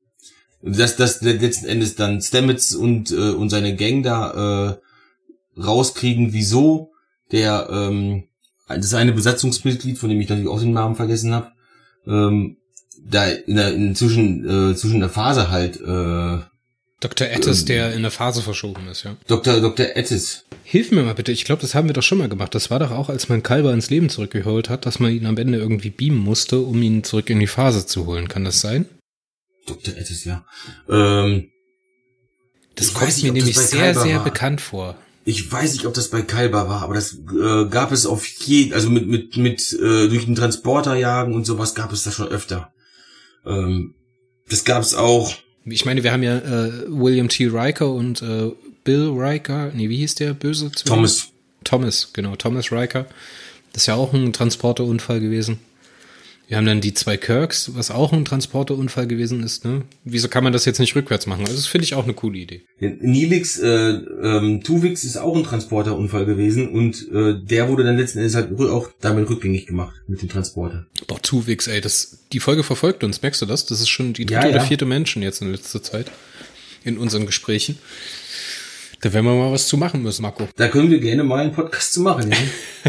Dass das letzten Endes dann Stamets und äh, und seine Gang da äh, rauskriegen, wieso der ähm, das eine Besatzungsmitglied, von dem ich natürlich auch den Namen vergessen habe, ähm, da in der in zwischen äh, zwischen der Phase halt äh, Doktor Ettis, ähm, der in der Phase verschoben ist, ja. Doktor Doktor Ettis. Hilf mir mal bitte, ich glaube, das haben wir doch schon mal gemacht. Das war doch auch, als man Kalber ins Leben zurückgeholt hat, dass man ihn am Ende irgendwie beamen musste, um ihn zurück in die Phase zu holen. Kann das sein? Doktor Ettis, ja. Ähm, das ich kommt weiß nicht, mir ob das nämlich bei sehr, Kalber sehr war. bekannt vor. Ich weiß nicht, ob das bei Kalber war, aber das äh, gab es auf jeden, also mit mit mit äh, durch den Transporter jagen und sowas gab es das schon öfter. Ähm, das gab es auch. Ich meine, wir haben ja äh, William T. Riker und äh, Bill Riker, nee, wie hieß der böse? Zwilling? Thomas. Thomas, genau, Thomas Riker. Das ist ja auch ein Transporterunfall gewesen. Wir haben dann die zwei Kirks, was auch ein Transporterunfall gewesen ist, ne? Wieso kann man das jetzt nicht rückwärts machen? Also das finde ich auch eine coole Idee. Nilix, äh, ähm, Tuvix ist auch ein Transporterunfall gewesen und äh, der wurde dann letzten Endes halt auch damit rückgängig gemacht mit dem Transporter. Boah, Tuvix, ey, das, die Folge verfolgt uns, merkst du das? Das ist schon die dritte Ja, ja. oder vierte Menschen jetzt in letzter Zeit in unseren Gesprächen. Da werden wir mal was zu machen müssen, Marco. Da können wir gerne mal einen Podcast zu machen, ja.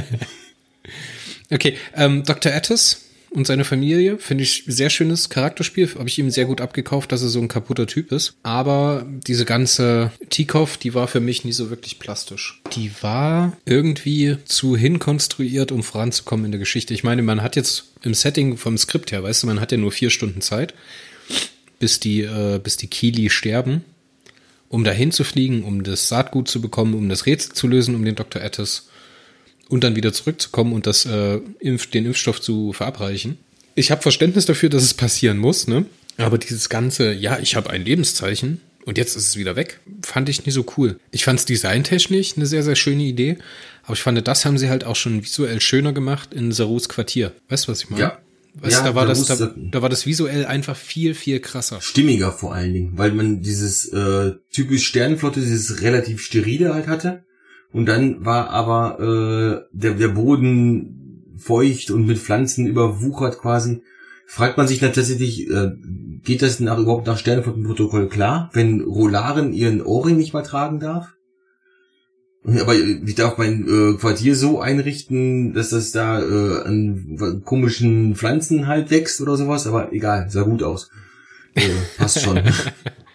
Okay, ähm, Doktor Ettis und seine Familie, finde ich sehr schönes Charakterspiel, habe ich ihm sehr gut abgekauft, dass er so ein kaputter Typ ist. Aber diese ganze Tikov, die war für mich nie so wirklich plastisch. Die war irgendwie zu hinkonstruiert, um voranzukommen in der Geschichte. Ich meine, man hat jetzt im Setting vom Skript her, weißt du, man hat ja nur vier Stunden Zeit, bis die, äh, bis die Kili sterben, um dahin zu fliegen, um das Saatgut zu bekommen, um das Rätsel zu lösen, um den Doktor Ettis und dann wieder zurückzukommen und das äh, Impf, den Impfstoff zu verabreichen. Ich habe Verständnis dafür, dass es passieren muss, ne? Aber dieses ganze, ja, ich habe ein Lebenszeichen und jetzt ist es wieder weg, fand ich nie so cool. Ich fand es designtechnisch eine sehr, sehr schöne Idee, aber ich fand, das haben sie halt auch schon visuell schöner gemacht in Sarus Quartier. Weißt du, was ich meine? Ja. Weißt, Ja, da war das, Sarus- da, da war das visuell einfach viel, viel krasser. Stimmiger vor allen Dingen, weil man dieses äh, typisch Sternenflotte, dieses relativ sterile halt hatte. Und dann war aber äh, der, der Boden feucht und mit Pflanzen überwuchert quasi. Fragt man sich dann tatsächlich, äh, geht das nach, überhaupt nach Sternenflottenprotokoll klar, wenn Rolaren ihren Ohrring nicht mal tragen darf? Aber ich darf mein äh, Quartier so einrichten, dass das da äh, an komischen Pflanzen halt wächst oder sowas. Aber egal, sah gut aus. Äh, passt schon.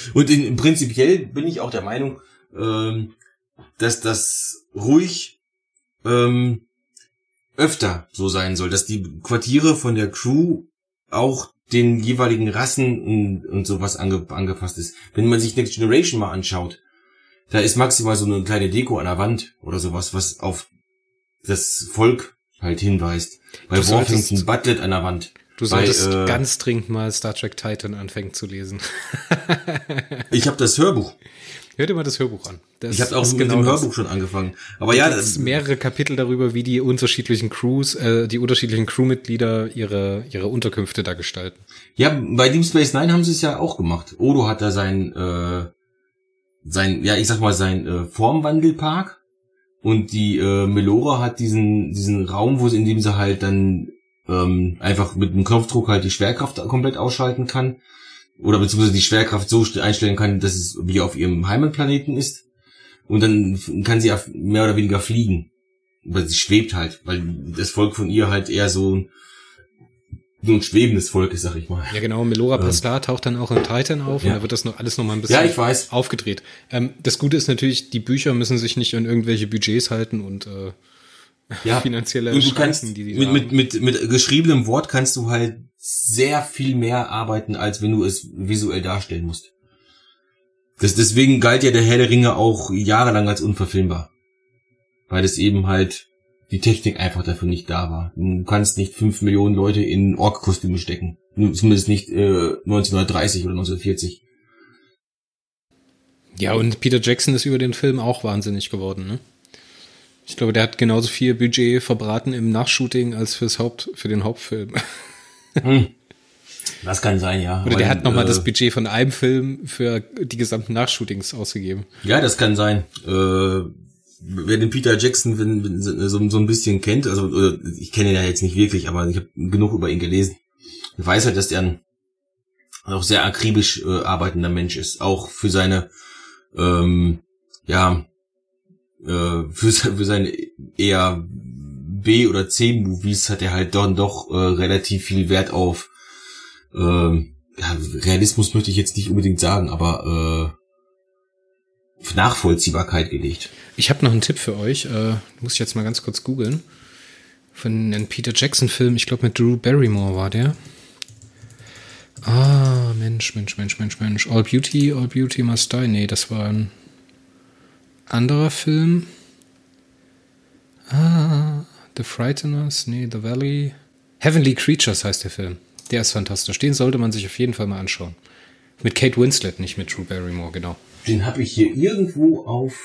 Und in, in prinzipiell bin ich auch der Meinung, ähm, dass das ruhig ähm, öfter so sein soll, dass die Quartiere von der Crew auch den jeweiligen Rassen und, und sowas ange, angepasst ist. Wenn man sich Next Generation mal anschaut, da ist maximal so eine kleine Deko an der Wand oder sowas, was auf das Volk halt hinweist. Bei Worf hängt ein Butlet an der Wand. Du solltest Bei, äh, ganz dringend mal Star Trek Titan anfangen zu lesen. Ich habe das Hörbuch. Hör dir mal das Hörbuch an. Das ich habe auch mit genau dem Hörbuch das. schon angefangen. Aber ja, es gibt mehrere Kapitel darüber, wie die unterschiedlichen Crews, äh, die unterschiedlichen Crewmitglieder ihre ihre Unterkünfte da gestalten. Ja, bei Deep Space Nine haben sie es ja auch gemacht. Odo hat da sein äh, sein, ja, ich sag mal sein äh, Formwandelpark und die äh, Melora hat diesen diesen Raum, wo sie in dem sie halt dann ähm, einfach mit einem Knopfdruck halt die Schwerkraft komplett ausschalten kann. Oder beziehungsweise die Schwerkraft so einstellen kann, dass es wie auf ihrem Heimatplaneten ist. Und dann kann sie mehr oder weniger fliegen. Weil sie schwebt halt, weil das Volk von ihr halt eher so ein, so ein schwebendes Volk ist, sag ich mal. Ja genau, Melora Paslar ähm. taucht dann auch in Titan auf, ja. Und da wird das noch alles noch mal ein bisschen ja, ich weiß. aufgedreht. Ähm, das Gute ist natürlich, die Bücher müssen sich nicht an irgendwelche Budgets halten und äh, ja. finanzielle und du kannst die die mit, mit, mit, mit geschriebenem Wort kannst du halt sehr viel mehr arbeiten, als wenn du es visuell darstellen musst. Das, deswegen galt ja der Herr der Ringe auch jahrelang als unverfilmbar. Weil es eben halt die Technik einfach dafür nicht da war. Du kannst nicht fünf Millionen Leute in Ork-Kostüme stecken. Zumindest nicht äh, neunzehnhundertdreißig oder neunzehnhundertvierzig. Ja, und Peter Jackson ist über den Film auch wahnsinnig geworden, ne? Ich glaube, der hat genauso viel Budget verbraten im Nachshooting als fürs Haupt, für den Hauptfilm. Hm. Das kann sein, ja. Oder der hat nochmal äh, das Budget von einem Film für die gesamten Nachshootings ausgegeben. Ja, das kann sein. Äh, wer den Peter Jackson wenn, wenn, so, so ein bisschen kennt, also oder, ich kenne ihn ja jetzt nicht wirklich, aber ich habe genug über ihn gelesen. Ich weiß halt, dass er ein auch sehr akribisch äh, arbeitender Mensch ist. Auch für seine, ähm, ja, äh, für, für seine eher B- oder C-Movies hat er halt dann doch äh, relativ viel Wert auf ähm, ja, Realismus möchte ich jetzt nicht unbedingt sagen, aber äh, Nachvollziehbarkeit gelegt. Ich habe noch einen Tipp für euch, äh, muss ich jetzt mal ganz kurz googeln. Von einem Peter Jackson-Film, ich glaube mit Drew Barrymore war der. Ah, Mensch, Mensch, Mensch, Mensch, Mensch. All Beauty, All Beauty Must Die. Nee, das war ein anderer Film. Ah, The Frighteners, nee, The Valley. Heavenly Creatures heißt der Film. Der ist fantastisch. Den sollte man sich auf jeden Fall mal anschauen. Mit Kate Winslet, nicht mit Drew Barrymore, genau. Den habe ich hier irgendwo auf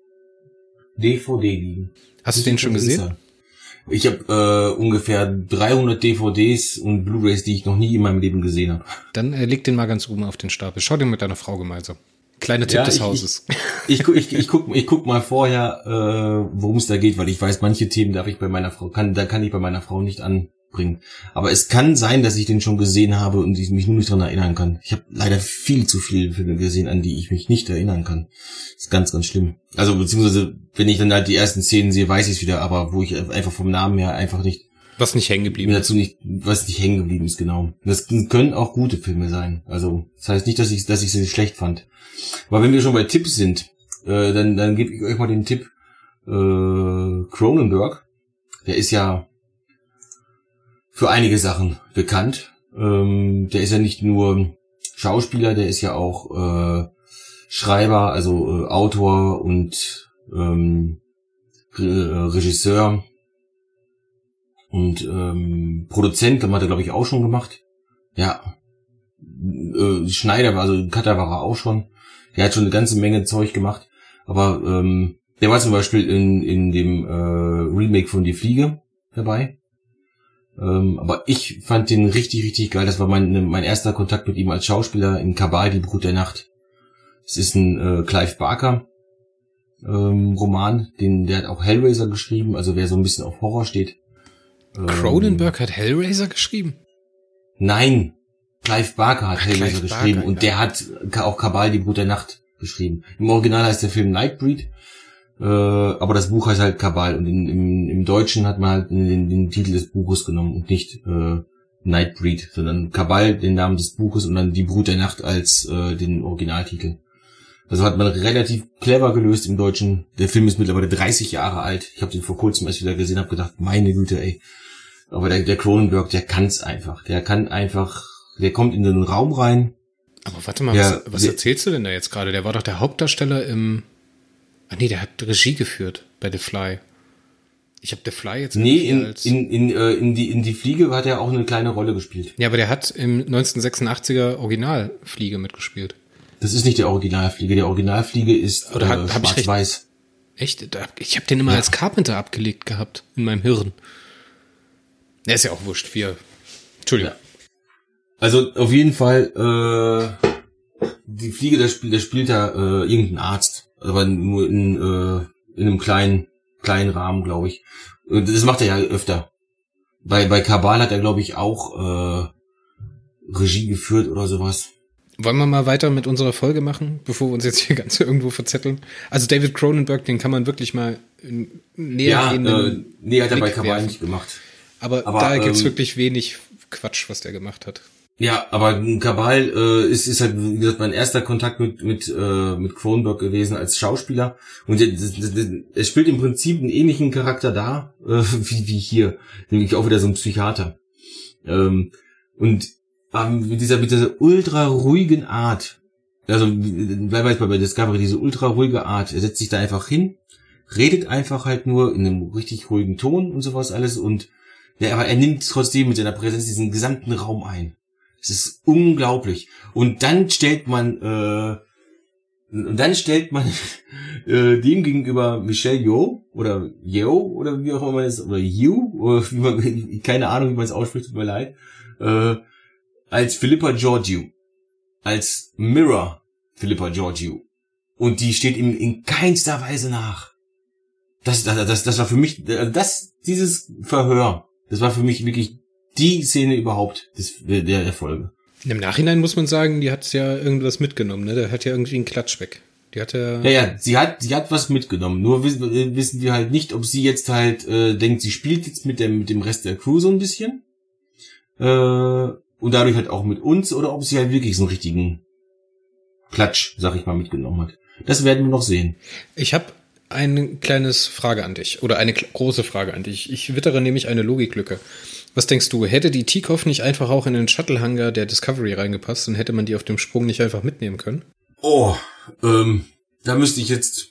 D V D liegen. Hast du den schon gesehen? Ich habe äh, ungefähr dreihundert D V Ds und Blu-rays, die ich noch nie in meinem Leben gesehen habe. Dann äh, leg den mal ganz oben auf den Stapel. Schau den mit deiner Frau gemeinsam. Kleiner Tipp ja, des ich, Hauses. Ich, ich, ich, ich, guck, ich guck mal vorher, äh, worum es da geht, weil ich weiß, manche Themen darf ich bei meiner Frau, kann, da kann ich bei meiner Frau nicht anbringen. Aber es kann sein, dass ich den schon gesehen habe und ich mich nur nicht dran erinnern kann. Ich habe leider viel zu viele Filme gesehen, an die ich mich nicht erinnern kann. Das ist ganz, ganz schlimm. Also beziehungsweise, wenn ich dann halt die ersten Szenen sehe, weiß ich es wieder, aber wo ich einfach vom Namen her einfach nicht... Was nicht hängen geblieben ist. Dazu nicht, was nicht hängen geblieben ist, genau. Das können auch gute Filme sein. Also das heißt nicht, dass ich, dass ich sie schlecht fand. Aber wenn wir schon bei Tipps sind, äh, dann, dann gebe ich euch mal den Tipp äh, Cronenberg. Der ist ja für einige Sachen bekannt. Ähm, der ist ja nicht nur Schauspieler, der ist ja auch äh, Schreiber, also äh, Autor und ähm, Re- Regisseur und ähm, Produzent, das hat er glaube ich auch schon gemacht. Ja, äh, Schneider, also Cutter war er auch schon. Der hat schon eine ganze Menge Zeug gemacht. Aber ähm, der war zum Beispiel in in dem äh, Remake von Die Fliege dabei. Ähm, aber ich fand den richtig, richtig geil. Das war mein mein erster Kontakt mit ihm als Schauspieler in Kabal, die Brut der Nacht. Es ist ein äh, Clive Barker ähm, Roman, den der hat auch Hellraiser geschrieben. Also wer so ein bisschen auf Horror steht. Ähm, Cronenberg hat Hellraiser geschrieben? Nein, Clive Barker hat Ach, Hellraiser Clive geschrieben Barker, und ja. der hat auch Kabal, die Brut der Nacht geschrieben. Im Original heißt der Film Nightbreed, äh, aber das Buch heißt halt Kabal und in, im, im Deutschen hat man halt den, den Titel des Buches genommen und nicht äh, Nightbreed, sondern Cabal, den Namen des Buches, und dann die Brut der Nacht als äh, den Originaltitel. Also hat man relativ clever gelöst im Deutschen. Der Film ist mittlerweile dreißig Jahre alt. Ich habe den vor kurzem erst wieder gesehen, habe gedacht, meine Güte, ey. Aber der, der Cronenberg, der kann's einfach. Der kann einfach, der kommt in den Raum rein. Aber warte mal, der, was, was der, erzählst du denn da jetzt gerade? Der war doch der Hauptdarsteller im... Ah nee, der hat Regie geführt bei The Fly. Ich habe The Fly jetzt nee, in, als... in, in, äh, in, die, in die Fliege hat er auch eine kleine Rolle gespielt. Ja, aber der hat im neunzehnhundertsechsundachtziger Originalfliege mitgespielt. Das ist nicht der Originalfliege. Der Originalfliege ist Oder hat, äh, hab schwarz-weiß. Echt? Ich habe den immer ja. als Carpenter abgelegt gehabt in meinem Hirn. Der ist ja auch wurscht. Wir. Entschuldigung. Ja. Also auf jeden Fall, äh, die Fliege, der spielt, der spielt da äh, irgendein Arzt, aber nur in, äh, in einem kleinen, kleinen Rahmen, glaube ich. Und das macht er ja öfter. Bei bei Cabal hat er, glaube ich, auch äh, Regie geführt oder sowas. Wollen wir mal weiter mit unserer Folge machen, bevor wir uns jetzt hier ganz irgendwo verzetteln? Also David Cronenberg, den kann man wirklich mal näher ja, gehen. Äh, nee, hat er bei Cabal nicht gemacht. Aber, aber da gibt's ähm, wirklich wenig Quatsch, was der gemacht hat. Ja, aber Cabal äh, ist, ist halt, wie gesagt, mein erster Kontakt mit mit äh, mit Cronenberg gewesen als Schauspieler. Und er, er spielt im Prinzip einen ähnlichen Charakter da, äh, wie wie hier. Nämlich auch wieder so ein Psychiater. Ähm, und ähm, mit dieser mit dieser ultra ruhigen Art, also bleiben wir jetzt mal bei Discovery, diese ultra ruhige Art, er setzt sich da einfach hin, redet einfach halt nur in einem richtig ruhigen Ton und sowas alles, und ja, aber er nimmt trotzdem mit seiner Präsenz diesen gesamten Raum ein. Es ist unglaublich. Und dann stellt man, äh, und dann stellt man äh, dem gegenüber Michelle Yeoh oder Yeoh oder wie auch immer man es, oder Yew, oder wie man, keine Ahnung, wie man es ausspricht, tut mir leid, äh, als Philippa Georgiou, als Mirror Philippa Georgiou. Und die steht ihm in keinster Weise nach. Das, das, das, das war für mich, das, dieses Verhör, das war für mich wirklich die Szene überhaupt des, der, der Folge. Im Nachhinein muss man sagen, die hat ja irgendwas mitgenommen, ne? Der hat ja irgendwie einen Klatsch weg. Die hat ja... Ja, ja, sie hat, sie hat was mitgenommen. Nur wissen, wissen wir halt nicht, ob sie jetzt halt äh, denkt, sie spielt jetzt mit dem, mit dem Rest der Crew so ein bisschen. Äh, und dadurch halt auch mit uns, oder ob sie halt wirklich so einen richtigen Klatsch, sag ich mal, mitgenommen hat. Das werden wir noch sehen. Ich habe eine kleines Frage an dich, oder eine große Frage an dich. Ich wittere nämlich eine Logiklücke. Was denkst du, hätte die Teakhoff nicht einfach auch in den Shuttle-Hangar der Discovery reingepasst und hätte man die auf dem Sprung nicht einfach mitnehmen können? Oh, ähm, da müsste ich jetzt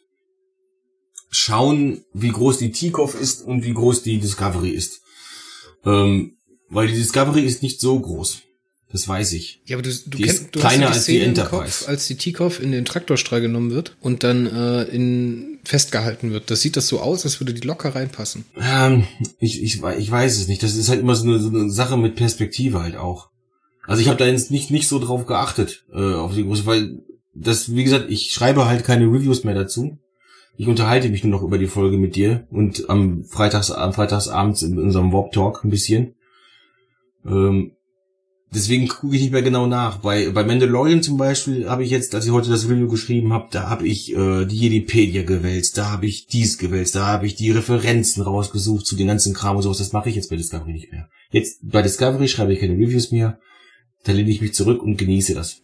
schauen, wie groß die Teakhoff ist und wie groß die Discovery ist. Ähm, weil die Discovery ist nicht so groß. Das weiß ich. Ja, aber du, du die kennst ist du kleiner hast als die die Szene im Enterprise. Kopf, als die Teakhoff in den Traktorstrahl genommen wird und dann äh, in festgehalten wird. Das sieht das so aus, als würde die locker reinpassen. Ähm, ich, ich, ich weiß es nicht. Das ist halt immer so eine, so eine Sache mit Perspektive halt auch. Also ich habe da jetzt nicht nicht so drauf geachtet, äh, auf die Größe, weil das, wie gesagt, ich schreibe halt keine Reviews mehr dazu. Ich unterhalte mich nur noch über die Folge mit dir und am Freitags, am Freitagsabends in unserem Warp Talk ein bisschen. Ähm, Deswegen gucke ich nicht mehr genau nach. Bei bei Mandalorian zum Beispiel habe ich jetzt, als ich heute das Review geschrieben habe, da habe ich äh, die Jedipedia gewälzt, da habe ich dies gewälzt, da habe ich die Referenzen rausgesucht zu den ganzen Kram und sowas. Das mache ich jetzt bei Discovery nicht mehr. Jetzt bei Discovery schreibe ich keine Reviews mehr. Da lehne ich mich zurück und genieße das.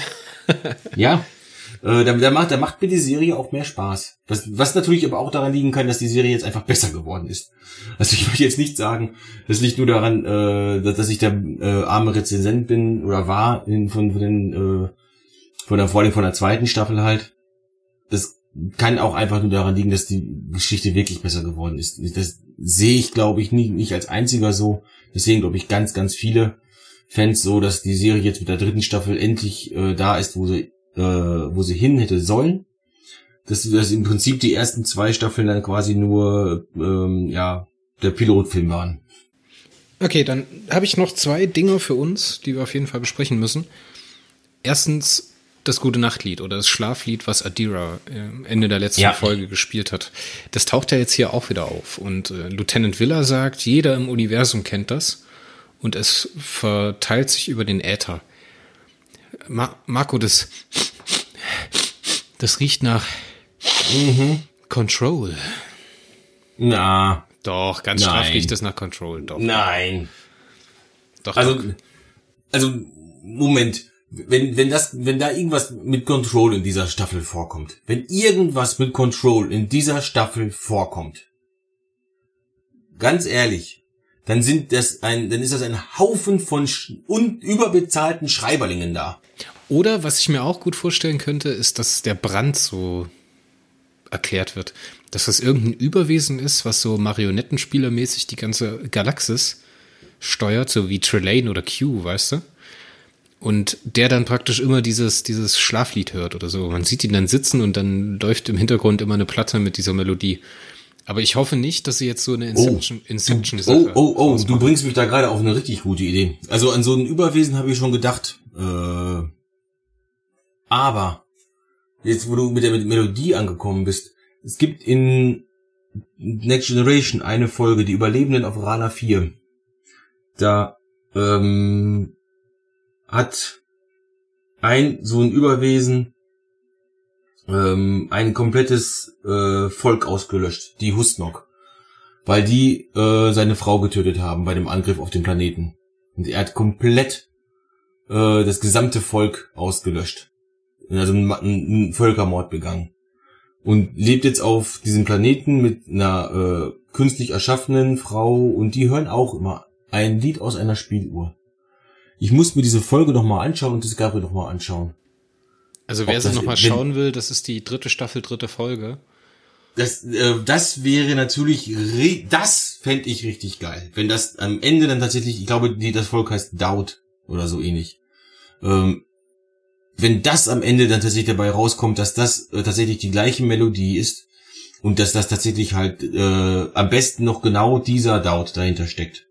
Ja, äh, da, da, macht, da macht mir die Serie auch mehr Spaß. Was, was natürlich aber auch daran liegen kann, dass die Serie jetzt einfach besser geworden ist. Also ich möchte jetzt nicht sagen, das liegt nur daran, äh, dass ich der äh, arme Rezensent bin oder war in, von, von den äh, von der vor allem von der zweiten Staffel halt. Das kann auch einfach nur daran liegen, dass die Geschichte wirklich besser geworden ist. Das sehe ich, glaube ich, nie, nicht als einziger so. Deswegen glaube ich ganz, ganz viele Fans so, dass die Serie jetzt mit der dritten Staffel endlich äh, da ist, wo sie äh, wo sie hin hätte sollen. Dass, dass im Prinzip die ersten zwei Staffeln dann quasi nur ähm, ja der Pilotfilm waren. Okay, dann habe ich noch zwei Dinge für uns, die wir auf jeden Fall besprechen müssen. Erstens das Gute-Nacht-Lied oder das Schlaflied, was Adira am Ende der letzten ja. Folge gespielt hat. Das taucht ja jetzt hier auch wieder auf. Und äh, Lieutenant Villa sagt, jeder im Universum kennt das. Und es verteilt sich über den Äther. Ma- Marco, das, das riecht nach mhm. Control. Na. Doch, ganz Nein. straff riecht das nach Control. Doch. Nein. Doch, also, doch. also, Moment. Wenn, wenn das, wenn da irgendwas mit Control in dieser Staffel vorkommt, wenn irgendwas mit Control in dieser Staffel vorkommt, ganz ehrlich, dann sind das ein, dann ist das ein Haufen von sch- un- überbezahlten Schreiberlingen da. Oder was ich mir auch gut vorstellen könnte, ist, dass der Brand so erklärt wird. Dass das irgendein Überwesen ist, was so marionettenspielermäßig die ganze Galaxis steuert, so wie Trelane oder Q, weißt du? Und der dann praktisch immer dieses, dieses Schlaflied hört oder so. Man sieht ihn dann sitzen und dann läuft im Hintergrund immer eine Platte mit dieser Melodie. Aber ich hoffe nicht, dass sie jetzt so eine Inception, oh, Inception du, oh, oh, oh, du bringst mich da gerade auf eine richtig gute Idee. Also an so ein Überwesen habe ich schon gedacht. Äh, aber jetzt, wo du mit der Melodie angekommen bist, es gibt in Next Generation eine Folge, die Überlebenden auf Rana vier. Da ähm, hat ein so ein Überwesen ähm, ein komplettes äh, Volk ausgelöscht, die Hustnok, weil die äh, seine Frau getötet haben bei dem Angriff auf den Planeten. Und er hat komplett äh, das gesamte Volk ausgelöscht, also einen, einen Völkermord begangen und lebt jetzt auf diesem Planeten mit einer äh, künstlich erschaffenen Frau und die hören auch immer ein Lied aus einer Spieluhr. Ich muss mir diese Folge nochmal anschauen und Discovery nochmal anschauen. Also wer sie nochmal schauen will, das ist die dritte Staffel, dritte Folge. Das, äh, das wäre natürlich, re- das fände ich richtig geil. Wenn das am Ende dann tatsächlich, ich glaube, die, das Volk heißt Doubt oder so ähnlich. Ähm, wenn das am Ende dann tatsächlich dabei rauskommt, dass das äh, tatsächlich die gleiche Melodie ist und dass das tatsächlich halt äh, am besten noch genau dieser Doubt dahinter steckt.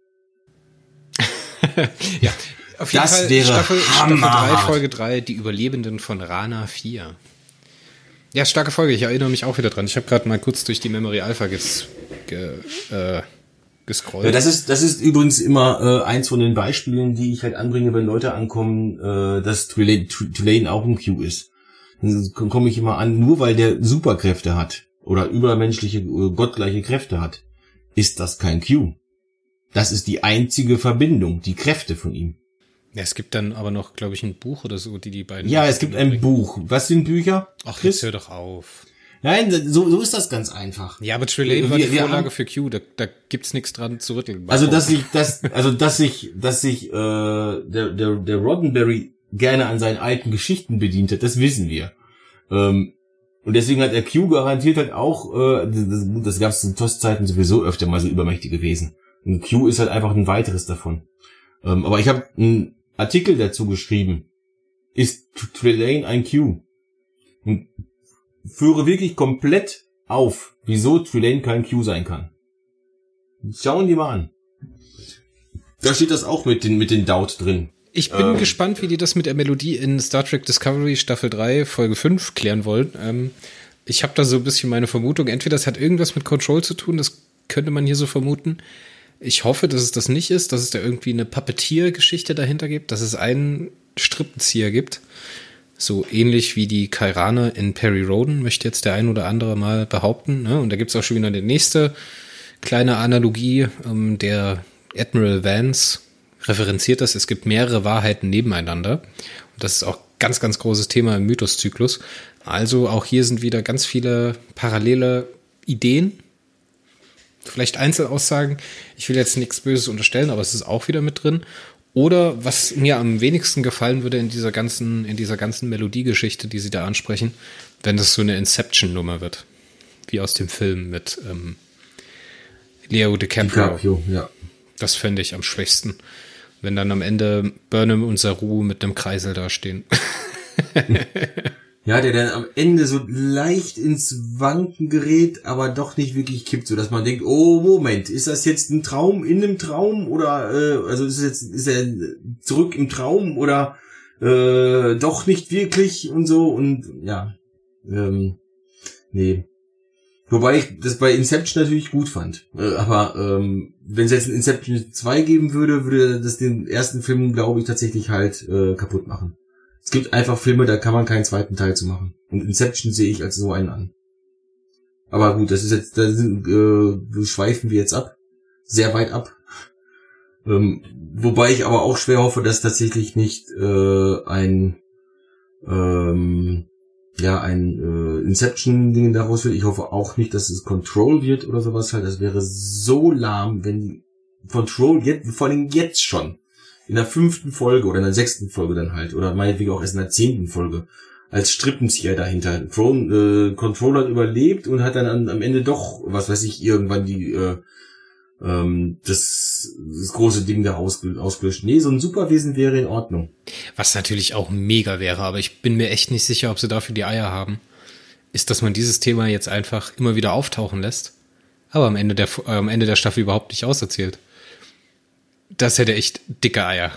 Ja, auf jeden das Fall wäre Staffel, Staffel drei, hammerhart. Folge drei, die Überlebenden von Rana vier. Ja, starke Folge, ich erinnere mich auch wieder dran. Ich habe gerade mal kurz durch die Memory Alpha ges, ge, äh, gescrollt. Ja, das ist das ist übrigens immer äh, eins von den Beispielen, die ich halt anbringe, wenn Leute ankommen, äh, dass Tulane, Tulane auch ein Q ist. Dann komme ich immer an, nur weil der Superkräfte hat oder übermenschliche, äh, gottgleiche Kräfte hat, ist das kein Q. Das ist die einzige Verbindung, die Kräfte von ihm. Ja, es gibt dann aber noch, glaube ich, ein Buch oder so, die die beiden... Ja, es gibt ein Buch. Was sind Bücher? Ach, jetzt hör doch auf. Nein, so, so ist das ganz einfach. Ja, aber Trelane war Wir- die wir Vorlage haben- für Q, da, da gibt's nichts dran zu rütteln. Also, dass sich, dass, also, dass sich, dass sich, äh, der, der, der Roddenberry gerne an seinen alten Geschichten bedient hat, das wissen wir. Ähm, und deswegen hat er Q garantiert halt auch, äh, das, das gab es in T O S-Zeiten sowieso öfter mal so übermächtige Wesen. Und Q ist halt einfach ein weiteres davon. Ähm, aber ich habe einen Artikel dazu geschrieben. Ist Trelane ein Q? Und führe wirklich komplett auf, wieso Trelane kein Q sein kann. Schauen die mal an. Da steht das auch mit den, mit den Doubt drin. Ich bin ähm, gespannt, wie die das mit der Melodie in Star Trek Discovery Staffel drei, Folge fünf klären wollen. Ähm, ich habe da so ein bisschen meine Vermutung. Entweder das hat irgendwas mit Control zu tun, das könnte man hier so vermuten. Ich hoffe, dass es das nicht ist, dass es da irgendwie eine Puppeteer-Geschichte dahinter gibt, dass es einen Strippenzieher gibt. So ähnlich wie die Kairaner in Perry Rhodan, möchte jetzt der ein oder andere mal behaupten. Ne? Und da gibt's auch schon wieder eine nächste kleine Analogie. Ähm, der Admiral Vance referenziert das. Es gibt mehrere Wahrheiten nebeneinander. Und das ist auch ganz, ganz großes Thema im Mythoszyklus. Also auch hier sind wieder ganz viele parallele Ideen. Vielleicht Einzelaussagen. Ich will jetzt nichts Böses unterstellen, aber es ist auch wieder mit drin. Oder was mir am wenigsten gefallen würde in dieser ganzen, in dieser ganzen Melodiegeschichte, die sie da ansprechen, wenn das so eine Inception-Nummer wird. Wie aus dem Film mit ähm, Leo DiCaprio. DiCaprio, ja. Das fände ich am schwächsten. Wenn dann am Ende Burnham und Saru mit einem Kreisel dastehen. Ja, der dann am Ende so leicht ins Wanken gerät, aber doch nicht wirklich kippt, so dass man denkt, oh Moment, ist das jetzt ein Traum in einem Traum oder äh, also ist es jetzt ist er zurück im Traum oder äh, doch nicht wirklich und so und ja, ähm, nee. Wobei ich das bei Inception natürlich gut fand, äh, aber ähm, wenn es jetzt ein Inception zwei geben würde, würde das den ersten Film, glaube ich, tatsächlich halt äh, kaputt machen. Es gibt einfach Filme, da kann man keinen zweiten Teil zu machen. Und Inception sehe ich als so einen an. Aber gut, das ist jetzt, da sind, äh, schweifen wir jetzt ab. Sehr weit ab. Ähm, wobei ich aber auch schwer hoffe, dass tatsächlich nicht äh, ein ähm, ja ein äh, Inception-Ding daraus wird. Ich hoffe auch nicht, dass es Control wird oder sowas halt. Das wäre so lahm, wenn Control jetzt, vor allem jetzt schon, in der fünften Folge oder in der sechsten Folge dann halt, oder meinetwegen auch erst in der zehnten Folge, als Strippenzieher dahinter. Control, äh, Control hat überlebt und hat dann an, am Ende doch, was weiß ich, irgendwann die äh, ähm, das, das große Ding da ausge, ausgelöscht. Nee, so ein Superwesen wäre in Ordnung. Was natürlich auch mega wäre, aber ich bin mir echt nicht sicher, ob sie dafür die Eier haben, ist, dass man dieses Thema jetzt einfach immer wieder auftauchen lässt, aber am Ende der, äh, am Ende der Staffel überhaupt nicht auserzählt. Das hätte echt dicke Eier.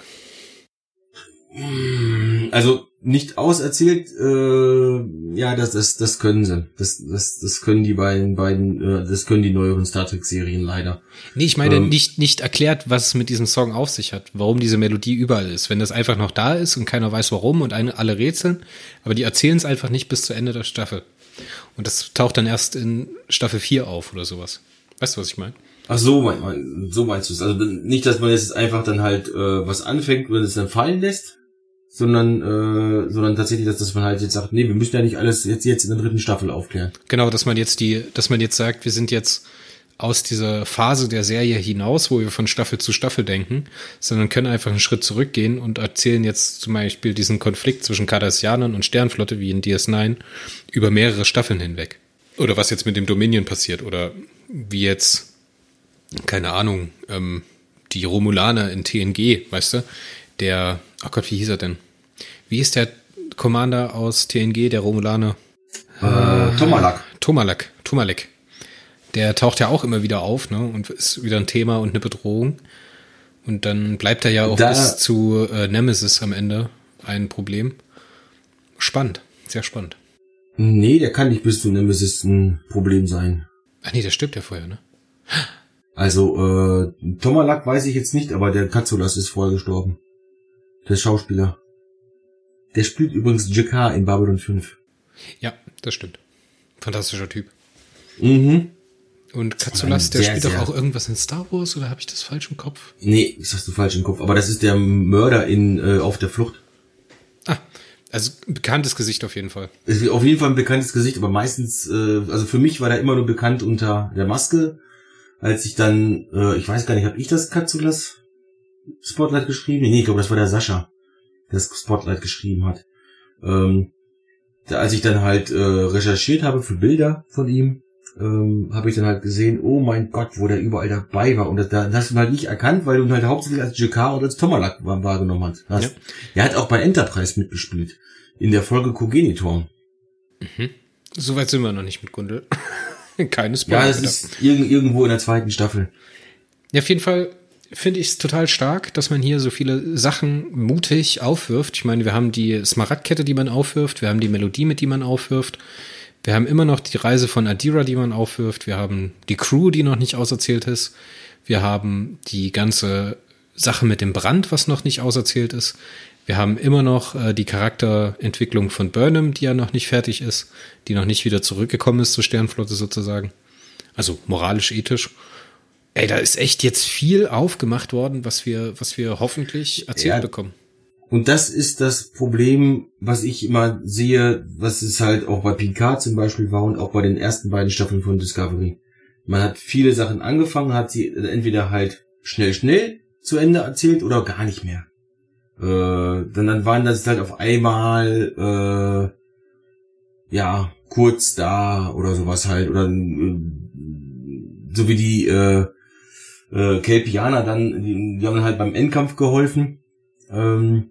Also nicht auserzählt, äh, ja, das, das, das können sie. Das, das, das können die beiden, beiden, äh, das können die neueren Star Trek Serien leider. Nee, ich meine ähm, nicht, nicht erklärt, was es mit diesem Song auf sich hat, warum diese Melodie überall ist. Wenn das einfach noch da ist und keiner weiß warum und eine, alle rätseln, aber die erzählen es einfach nicht bis zu Ende der Staffel. Und das taucht dann erst in Staffel vier auf oder sowas. Weißt du, was ich meine? Ach so, mein, mein, so meinst du es. Also nicht, dass man jetzt einfach dann halt äh, was anfängt und es dann fallen lässt, sondern äh, sondern tatsächlich, dass, dass man halt jetzt sagt, nee, wir müssen ja nicht alles jetzt jetzt in der dritten Staffel aufklären. Genau, dass man jetzt die, dass man jetzt sagt, wir sind jetzt aus dieser Phase der Serie hinaus, wo wir von Staffel zu Staffel denken, sondern können einfach einen Schritt zurückgehen und erzählen jetzt zum Beispiel diesen Konflikt zwischen Cardassianern und Sternflotte wie in D S neun über mehrere Staffeln hinweg. Oder was jetzt mit dem Dominion passiert oder wie jetzt, keine Ahnung, ähm, die Romulaner in T N G, weißt du, der, ach Gott, wie hieß er denn? Wie ist der Commander aus T N G, der Romulaner? Äh, Tomalak. Tomalak, Tomalek. Der taucht ja auch immer wieder auf, ne, und ist wieder ein Thema und eine Bedrohung. Und dann bleibt er ja auch da, bis zu äh, Nemesis am Ende ein Problem. Spannend, sehr spannend. Nee, der kann nicht bis zu Nemesis ein Problem sein. Ach nee, der stirbt ja vorher, ne? Also, äh, Tomalak weiß ich jetzt nicht, aber der Katsulas ist vorher gestorben. Der Schauspieler. Der spielt übrigens Jakar in Babylon fünf. Ja, das stimmt. Fantastischer Typ. Mhm. Und Katsulas, der sehr, spielt doch sehr auch irgendwas in Star Wars, oder habe ich das falsch im Kopf? Nee, das hast du falsch im Kopf. Aber das ist der Mörder in äh, Auf der Flucht. Ah, also bekanntes Gesicht auf jeden Fall. Ist auf jeden Fall ein bekanntes Gesicht, aber meistens, äh, also für mich war der immer nur bekannt unter der Maske. Als ich dann, äh, ich weiß gar nicht, habe ich das Katsulas Spotlight geschrieben? Nee, ich glaube, das war der Sascha, der das Spotlight geschrieben hat. Ähm, da, als ich dann halt äh, recherchiert habe für Bilder von ihm, ähm, habe ich dann halt gesehen, oh mein Gott, wo der überall dabei war. Und das, das hast du halt nicht erkannt, weil du ihn halt hauptsächlich als Jakar und als Tomalak wahrgenommen hast. Ja. Er hat auch bei Enterprise mitgespielt. In der Folge Cogenitor. Mhm. Soweit sind wir noch nicht mit Gundel. Keine Spoiler. Ja, es ist irg- irgendwo in der zweiten Staffel. Ja, auf jeden Fall finde ich es total stark, dass man hier so viele Sachen mutig aufwirft. Ich meine, wir haben die Smaragdkette, die man aufwirft. Wir haben die Melodie, mit die man aufwirft. Wir haben immer noch die Reise von Adira, die man aufwirft. Wir haben die Crew, die noch nicht auserzählt ist. Wir haben die ganze Sache mit dem Brand, was noch nicht auserzählt ist. Wir haben immer noch äh, die Charakterentwicklung von Burnham, die ja noch nicht fertig ist, die noch nicht wieder zurückgekommen ist zur Sternflotte sozusagen. Also moralisch, ethisch. Ey, da ist echt jetzt viel aufgemacht worden, was wir, was wir hoffentlich erzählt ja. bekommen. Und das ist das Problem, was ich immer sehe, was es halt auch bei Picard zum Beispiel war und auch bei den ersten beiden Staffeln von Discovery. Man hat viele Sachen angefangen, hat sie entweder halt schnell, schnell zu Ende erzählt oder gar nicht mehr. Äh, dann, dann waren das halt auf einmal, äh, ja, kurz da oder sowas halt. Oder äh, so wie die äh, äh, Kelpianer dann, die, die haben dann halt beim Endkampf geholfen. Ähm,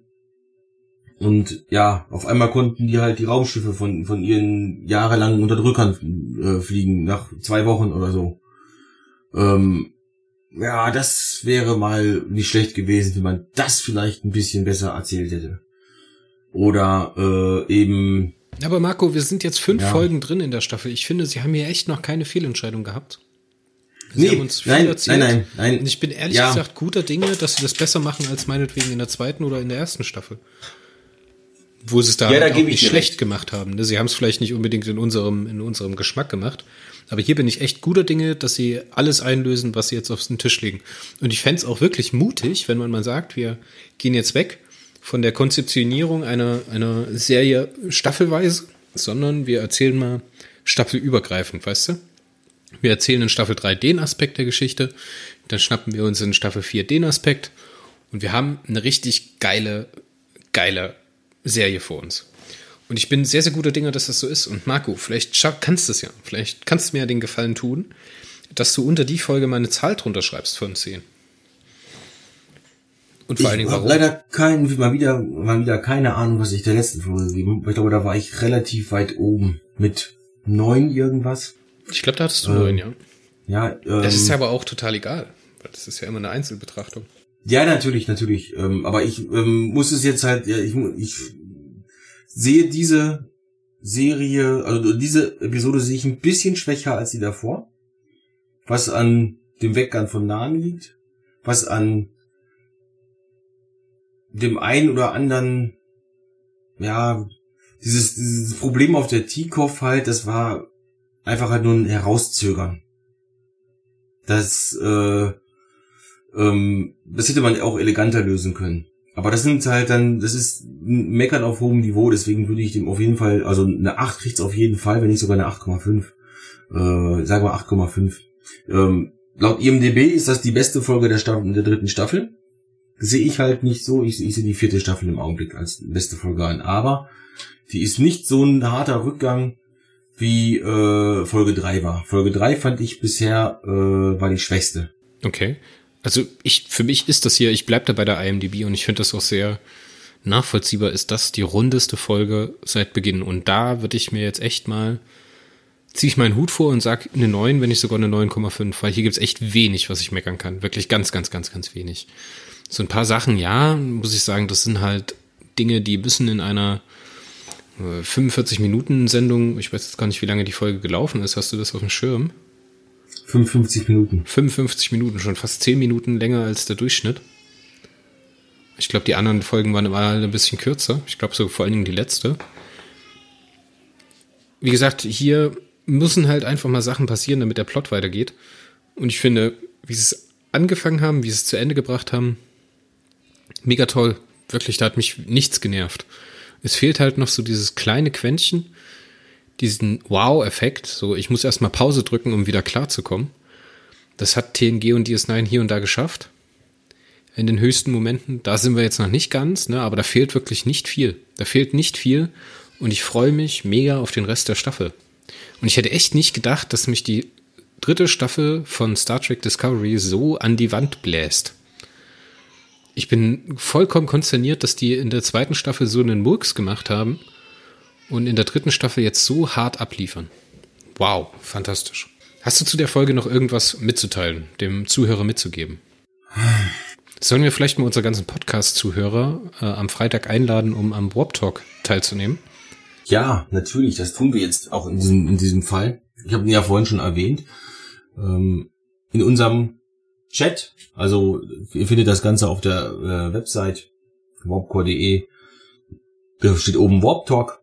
Und ja, auf einmal konnten die halt die Raumschiffe von von ihren jahrelangen Unterdrückern äh, fliegen, nach zwei Wochen oder so. Ähm, ja, das wäre mal nicht schlecht gewesen, wenn man das vielleicht ein bisschen besser erzählt hätte. Oder äh, eben... Aber Marco, wir sind jetzt fünf ja. Folgen drin in der Staffel. Ich finde, sie haben hier echt noch keine Fehlentscheidung gehabt. Sie nee, haben uns viel nein, erzählt. nein, nein, nein. Und ich bin ehrlich ja. gesagt guter Dinge, dass sie das besser machen als meinetwegen in der zweiten oder in der ersten Staffel. wo sie es da, ja, da auch gebe nicht ich schlecht recht. gemacht haben. Ne? Sie haben es vielleicht nicht unbedingt in unserem, in unserem Geschmack gemacht. Aber hier bin ich echt guter Dinge, dass sie alles einlösen, was sie jetzt auf den Tisch legen. Und ich fände es auch wirklich mutig, wenn man mal sagt, wir gehen jetzt weg von der Konzeptionierung einer, einer Serie staffelweise, sondern wir erzählen mal staffelübergreifend, weißt du? Wir erzählen in Staffel drei den Aspekt der Geschichte, dann schnappen wir uns in Staffel vier den Aspekt und wir haben eine richtig geile, geile Serie vor uns. Und ich bin sehr, sehr guter Dinge, dass das so ist. Und Marco, vielleicht scha- kannst du es ja. Vielleicht kannst du mir ja den Gefallen tun, dass du unter die Folge mal eine Zahl drunter schreibst von zehn. Und vor allen Dingen, warum? Ich habe leider kein, mal wieder, mal wieder keine Ahnung, was ich der letzten Folge gegeben habe. Ich glaube, da war ich relativ weit oben mit neun irgendwas. Ich glaube, da hattest du neun, ähm, ja. Ja, ähm, das ist ja aber auch total egal. Weil das ist ja immer eine Einzelbetrachtung. Ja, natürlich, natürlich. Ähm, aber ich ähm, muss es jetzt halt, ja, ich, ich sehe diese Serie, also diese Episode sehe ich ein bisschen schwächer als die davor. Was an dem Weggang von Nami liegt. Was an dem einen oder anderen, ja, dieses, dieses Problem auf der Tikov halt, das war einfach halt nur ein Herauszögern. Das, äh, ähm, das hätte man auch eleganter lösen können. Aber das sind halt dann, das ist ein Meckern auf hohem Niveau, deswegen würde ich dem auf jeden Fall, also eine acht kriegt's auf jeden Fall, wenn nicht sogar eine acht Komma fünf. Äh, sagen wir acht Komma fünf. Ähm, laut I M D B ist das die beste Folge der Staffel, der dritten Staffel. Sehe ich halt nicht so. Ich, ich sehe die vierte Staffel im Augenblick als beste Folge an. Aber die ist nicht so ein harter Rückgang, wie äh, Folge drei war. Folge drei fand ich bisher äh, war die schwächste. Okay. Also ich, für mich ist das hier, ich bleib da bei der I M D B und ich finde das auch sehr nachvollziehbar, ist das die rundeste Folge seit Beginn. Und da würde ich mir jetzt echt mal, ziehe ich meinen Hut vor und sag eine neun, wenn nicht sogar eine neun Komma fünf, weil hier gibt's echt wenig, was ich meckern kann. Wirklich ganz, ganz, ganz, ganz wenig. So ein paar Sachen, ja, muss ich sagen, das sind halt Dinge, die müssen in einer fünfundvierzig Minuten Sendung, ich weiß jetzt gar nicht, wie lange die Folge gelaufen ist, hast du das auf dem Schirm? fünfundfünfzig Minuten. fünfundfünfzig Minuten, schon fast zehn Minuten länger als der Durchschnitt. Ich glaube, die anderen Folgen waren immer ein bisschen kürzer. Ich glaube so vor allen Dingen die letzte. Wie gesagt, hier müssen halt einfach mal Sachen passieren, damit der Plot weitergeht. Und ich finde, wie sie es angefangen haben, wie sie es zu Ende gebracht haben, mega toll. Wirklich, da hat mich nichts genervt. Es fehlt halt noch so dieses kleine Quäntchen, diesen Wow-Effekt. So, ich muss erstmal Pause drücken, um wieder klarzukommen. Das hat T N G und D S neun hier und da geschafft. In den höchsten Momenten. Da sind wir jetzt noch nicht ganz, ne, aber da fehlt wirklich nicht viel. Da fehlt nicht viel und ich freue mich mega auf den Rest der Staffel. Und ich hätte echt nicht gedacht, dass mich die dritte Staffel von Star Trek Discovery so an die Wand bläst. Ich bin vollkommen konsterniert, dass die in der zweiten Staffel so einen Murks gemacht haben und in der dritten Staffel jetzt so hart abliefern. Wow, fantastisch. Hast du zu der Folge noch irgendwas mitzuteilen, dem Zuhörer mitzugeben? Sollen wir vielleicht mal unsere ganzen Podcast-Zuhörer äh, am Freitag einladen, um am Warp Talk teilzunehmen? Ja, natürlich, das tun wir jetzt auch in diesem, in diesem Fall. Ich habe ihn ja vorhin schon erwähnt. Ähm, in unserem Chat, also ihr findet das Ganze auf der äh, Website warpcore punkt de. Da steht oben Warp Talk.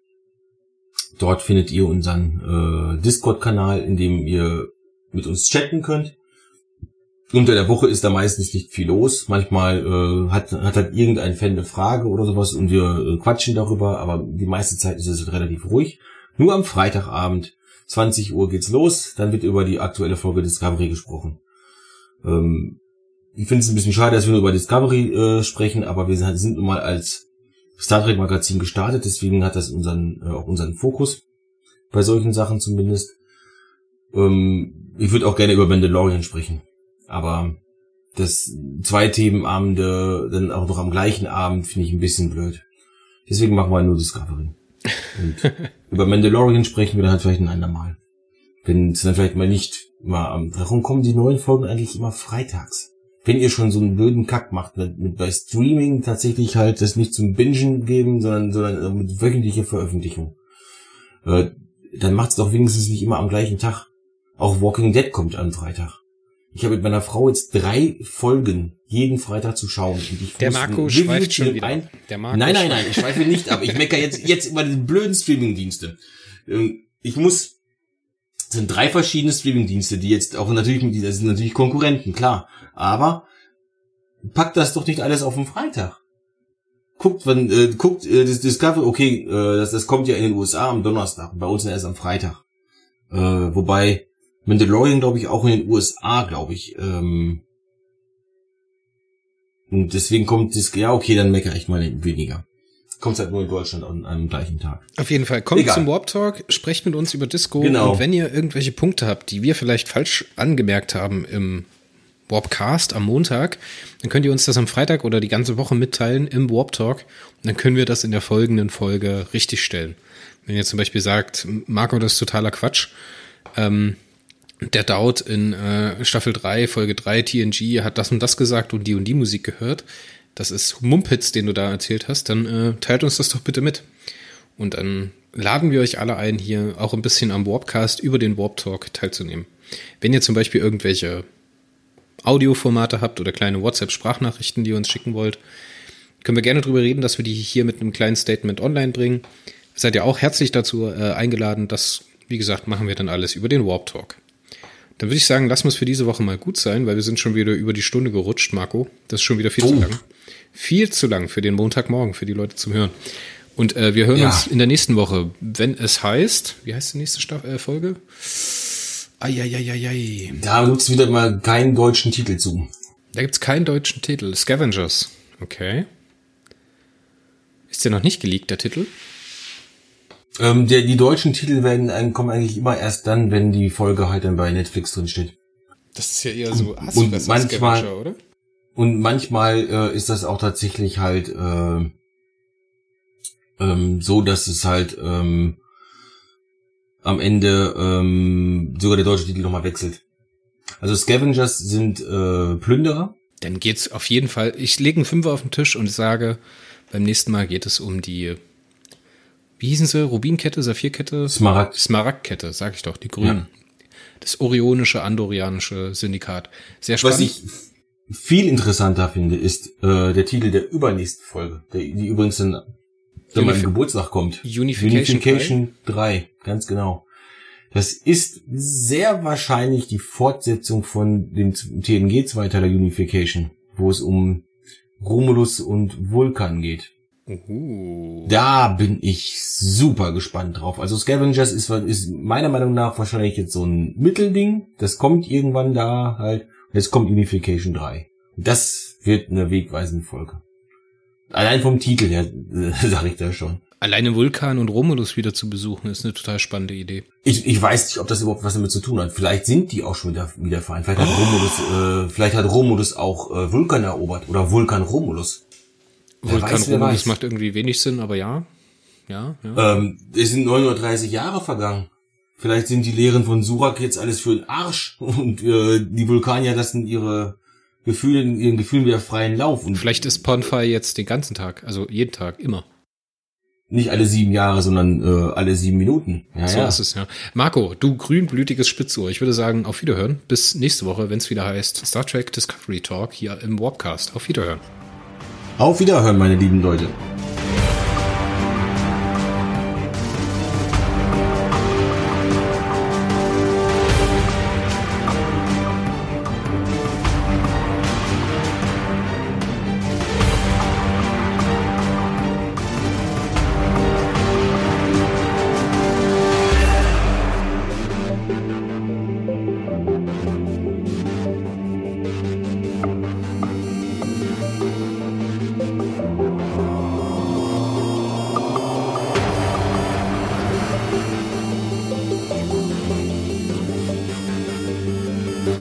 Dort findet ihr unseren äh, Discord-Kanal, in dem ihr mit uns chatten könnt. Unter der Woche ist da meistens nicht viel los. Manchmal äh, hat, hat halt irgendein Fan eine Frage oder sowas und wir äh, quatschen darüber, aber die meiste Zeit ist es halt relativ ruhig. Nur am Freitagabend, zwanzig Uhr geht's los, dann wird über die aktuelle Folge Discovery gesprochen. Ähm, ich finde es ein bisschen schade, dass wir nur über Discovery äh, sprechen, aber wir sind, sind nun mal als Star Trek Magazin gestartet, deswegen hat das unseren äh, auch unseren Fokus, bei solchen Sachen zumindest. Ähm, ich würde auch gerne über Mandalorian sprechen. Aber das zwei Themenabende dann auch noch am gleichen Abend finde ich ein bisschen blöd. Deswegen machen wir nur Discovery. Und über Mandalorian sprechen wir dann halt vielleicht ein andermal. Wenn es dann vielleicht mal nicht mal am... Warum kommen die neuen Folgen eigentlich immer freitags? Wenn ihr schon so einen blöden Kack macht, mit, mit bei Streaming tatsächlich halt das nicht zum Bingen geben, sondern, sondern mit wöchentlicher Veröffentlichung. Äh, dann macht's doch wenigstens nicht immer am gleichen Tag. Auch Walking Dead kommt am Freitag. Ich habe mit meiner Frau jetzt drei Folgen jeden Freitag zu schauen. Und ich der Marco schweift schon wieder. Ein, der Marco nein, nein, nein, ich schweife nicht ab. Ich meckere jetzt, jetzt über die blöden Streamingdienste. Ich muss, es sind drei verschiedene Streamingdienste, die jetzt auch natürlich, das sind natürlich Konkurrenten, klar. Aber packt das doch nicht alles auf den Freitag. Guckt, wenn, äh, guckt, äh, das Discovery, okay, äh, das, das kommt ja in den U S A am Donnerstag, bei uns erst am Freitag. Äh, wobei Mandalorian, glaube ich, auch in den U S A, glaube ich. Ähm, und deswegen kommt das, ja, okay, dann meckere ich mal weniger. Kommt halt nur in Deutschland an einem gleichen Tag. Auf jeden Fall. Kommt Egal. zum Warp Talk, sprecht mit uns über Disco. Genau. Und wenn ihr irgendwelche Punkte habt, die wir vielleicht falsch angemerkt haben im Warpcast am Montag, dann könnt ihr uns das am Freitag oder die ganze Woche mitteilen im Warp Talk. Und dann können wir das in der folgenden Folge richtig stellen. Wenn ihr zum Beispiel sagt, Marco, das ist totaler Quatsch, ähm, der Daud in äh, Staffel drei, Folge drei, T N G hat das und das gesagt und die und die Musik gehört. Das ist Mumpitz, den du da erzählt hast. Dann äh, teilt uns das doch bitte mit. Und dann laden wir euch alle ein, hier auch ein bisschen am Warpcast über den Warp Talk teilzunehmen. Wenn ihr zum Beispiel irgendwelche Audioformate habt oder kleine WhatsApp-Sprachnachrichten, die ihr uns schicken wollt, können wir gerne drüber reden, dass wir die hier mit einem kleinen Statement online bringen. Seid ihr auch herzlich dazu äh, eingeladen. Das, wie gesagt, machen wir dann alles über den Warp Talk. Dann würde ich sagen, lassen wir es für diese Woche mal gut sein, weil wir sind schon wieder über die Stunde gerutscht, Marco. Das ist schon wieder viel oh. zu lang. Viel zu lang für den Montagmorgen, für die Leute zum Hören. Und äh, wir hören ja. uns in der nächsten Woche, wenn es heißt, wie heißt die nächste Staffel, äh, Folge? Eieieiei. Da gibt's wieder mal keinen deutschen Titel zu. Da gibt's keinen deutschen Titel. Scavengers. Okay. Ist der noch nicht geleakt, der Titel? Ähm, der, die deutschen Titel werden kommen eigentlich immer erst dann, wenn die Folge halt dann bei Netflix drin steht. Das ist ja eher so und manchmal Scavenger, oder? Und manchmal äh, ist das auch tatsächlich halt äh, ähm, so, dass es halt ähm, am Ende ähm, sogar der deutsche Titel nochmal wechselt. Also Scavengers sind äh, Plünderer. Dann geht's auf jeden Fall. Ich lege einen Fünfer auf den Tisch und sage, beim nächsten Mal geht es um die, wie hießen sie? Rubinkette, Saphirkette? Smaragd. Smaragdkette, sag ich doch, die Grünen. Ja. Das orionische, andorianische Syndikat. Sehr spannend. Was ich viel interessanter finde, ist äh, der Titel der übernächsten Folge, der, die übrigens dann an meinem Geburtstag kommt. Unification, Unification drei, ganz genau. Das ist sehr wahrscheinlich die Fortsetzung von dem T N G-Zweiteiler Unification, wo es um Romulus und Vulkan geht. Uhu. Da bin ich super gespannt drauf. Also Scavengers ist, ist meiner Meinung nach wahrscheinlich jetzt so ein Mittelding. Das kommt irgendwann da halt. Jetzt kommt Unification drei. Das wird eine wegweisende Folge. Allein vom Titel her, äh, sag ich das schon. Alleine Vulkan und Romulus wieder zu besuchen, ist eine total spannende Idee. Ich, ich weiß nicht, ob das überhaupt was damit zu tun hat. Vielleicht sind die auch schon wieder, wieder vereint. Vielleicht hat oh. Romulus, äh, vielleicht hat Romulus auch äh, Vulkan erobert. Oder Vulkan Romulus. Vulkan weiß, Romulus macht irgendwie wenig Sinn, aber ja. Ja, ja. Ähm, es sind neunhundertdreißig Jahre vergangen. Vielleicht sind die Lehren von Surak jetzt alles für den Arsch. Und äh, die Vulkanier lassen ihre Gefühle, ihren Gefühlen wieder freien Lauf. Und vielleicht ist Ponfire jetzt den ganzen Tag, also jeden Tag, immer. Nicht alle sieben Jahre, sondern äh, alle sieben Minuten. Ja, so ja. ist es, ja. Marco, du grünblütiges Spitzohr. Ich würde sagen, auf Wiederhören. Bis nächste Woche, wenn es wieder heißt Star Trek Discovery Talk hier im Warpcast. Auf Wiederhören. Auf Wiederhören, meine lieben Leute.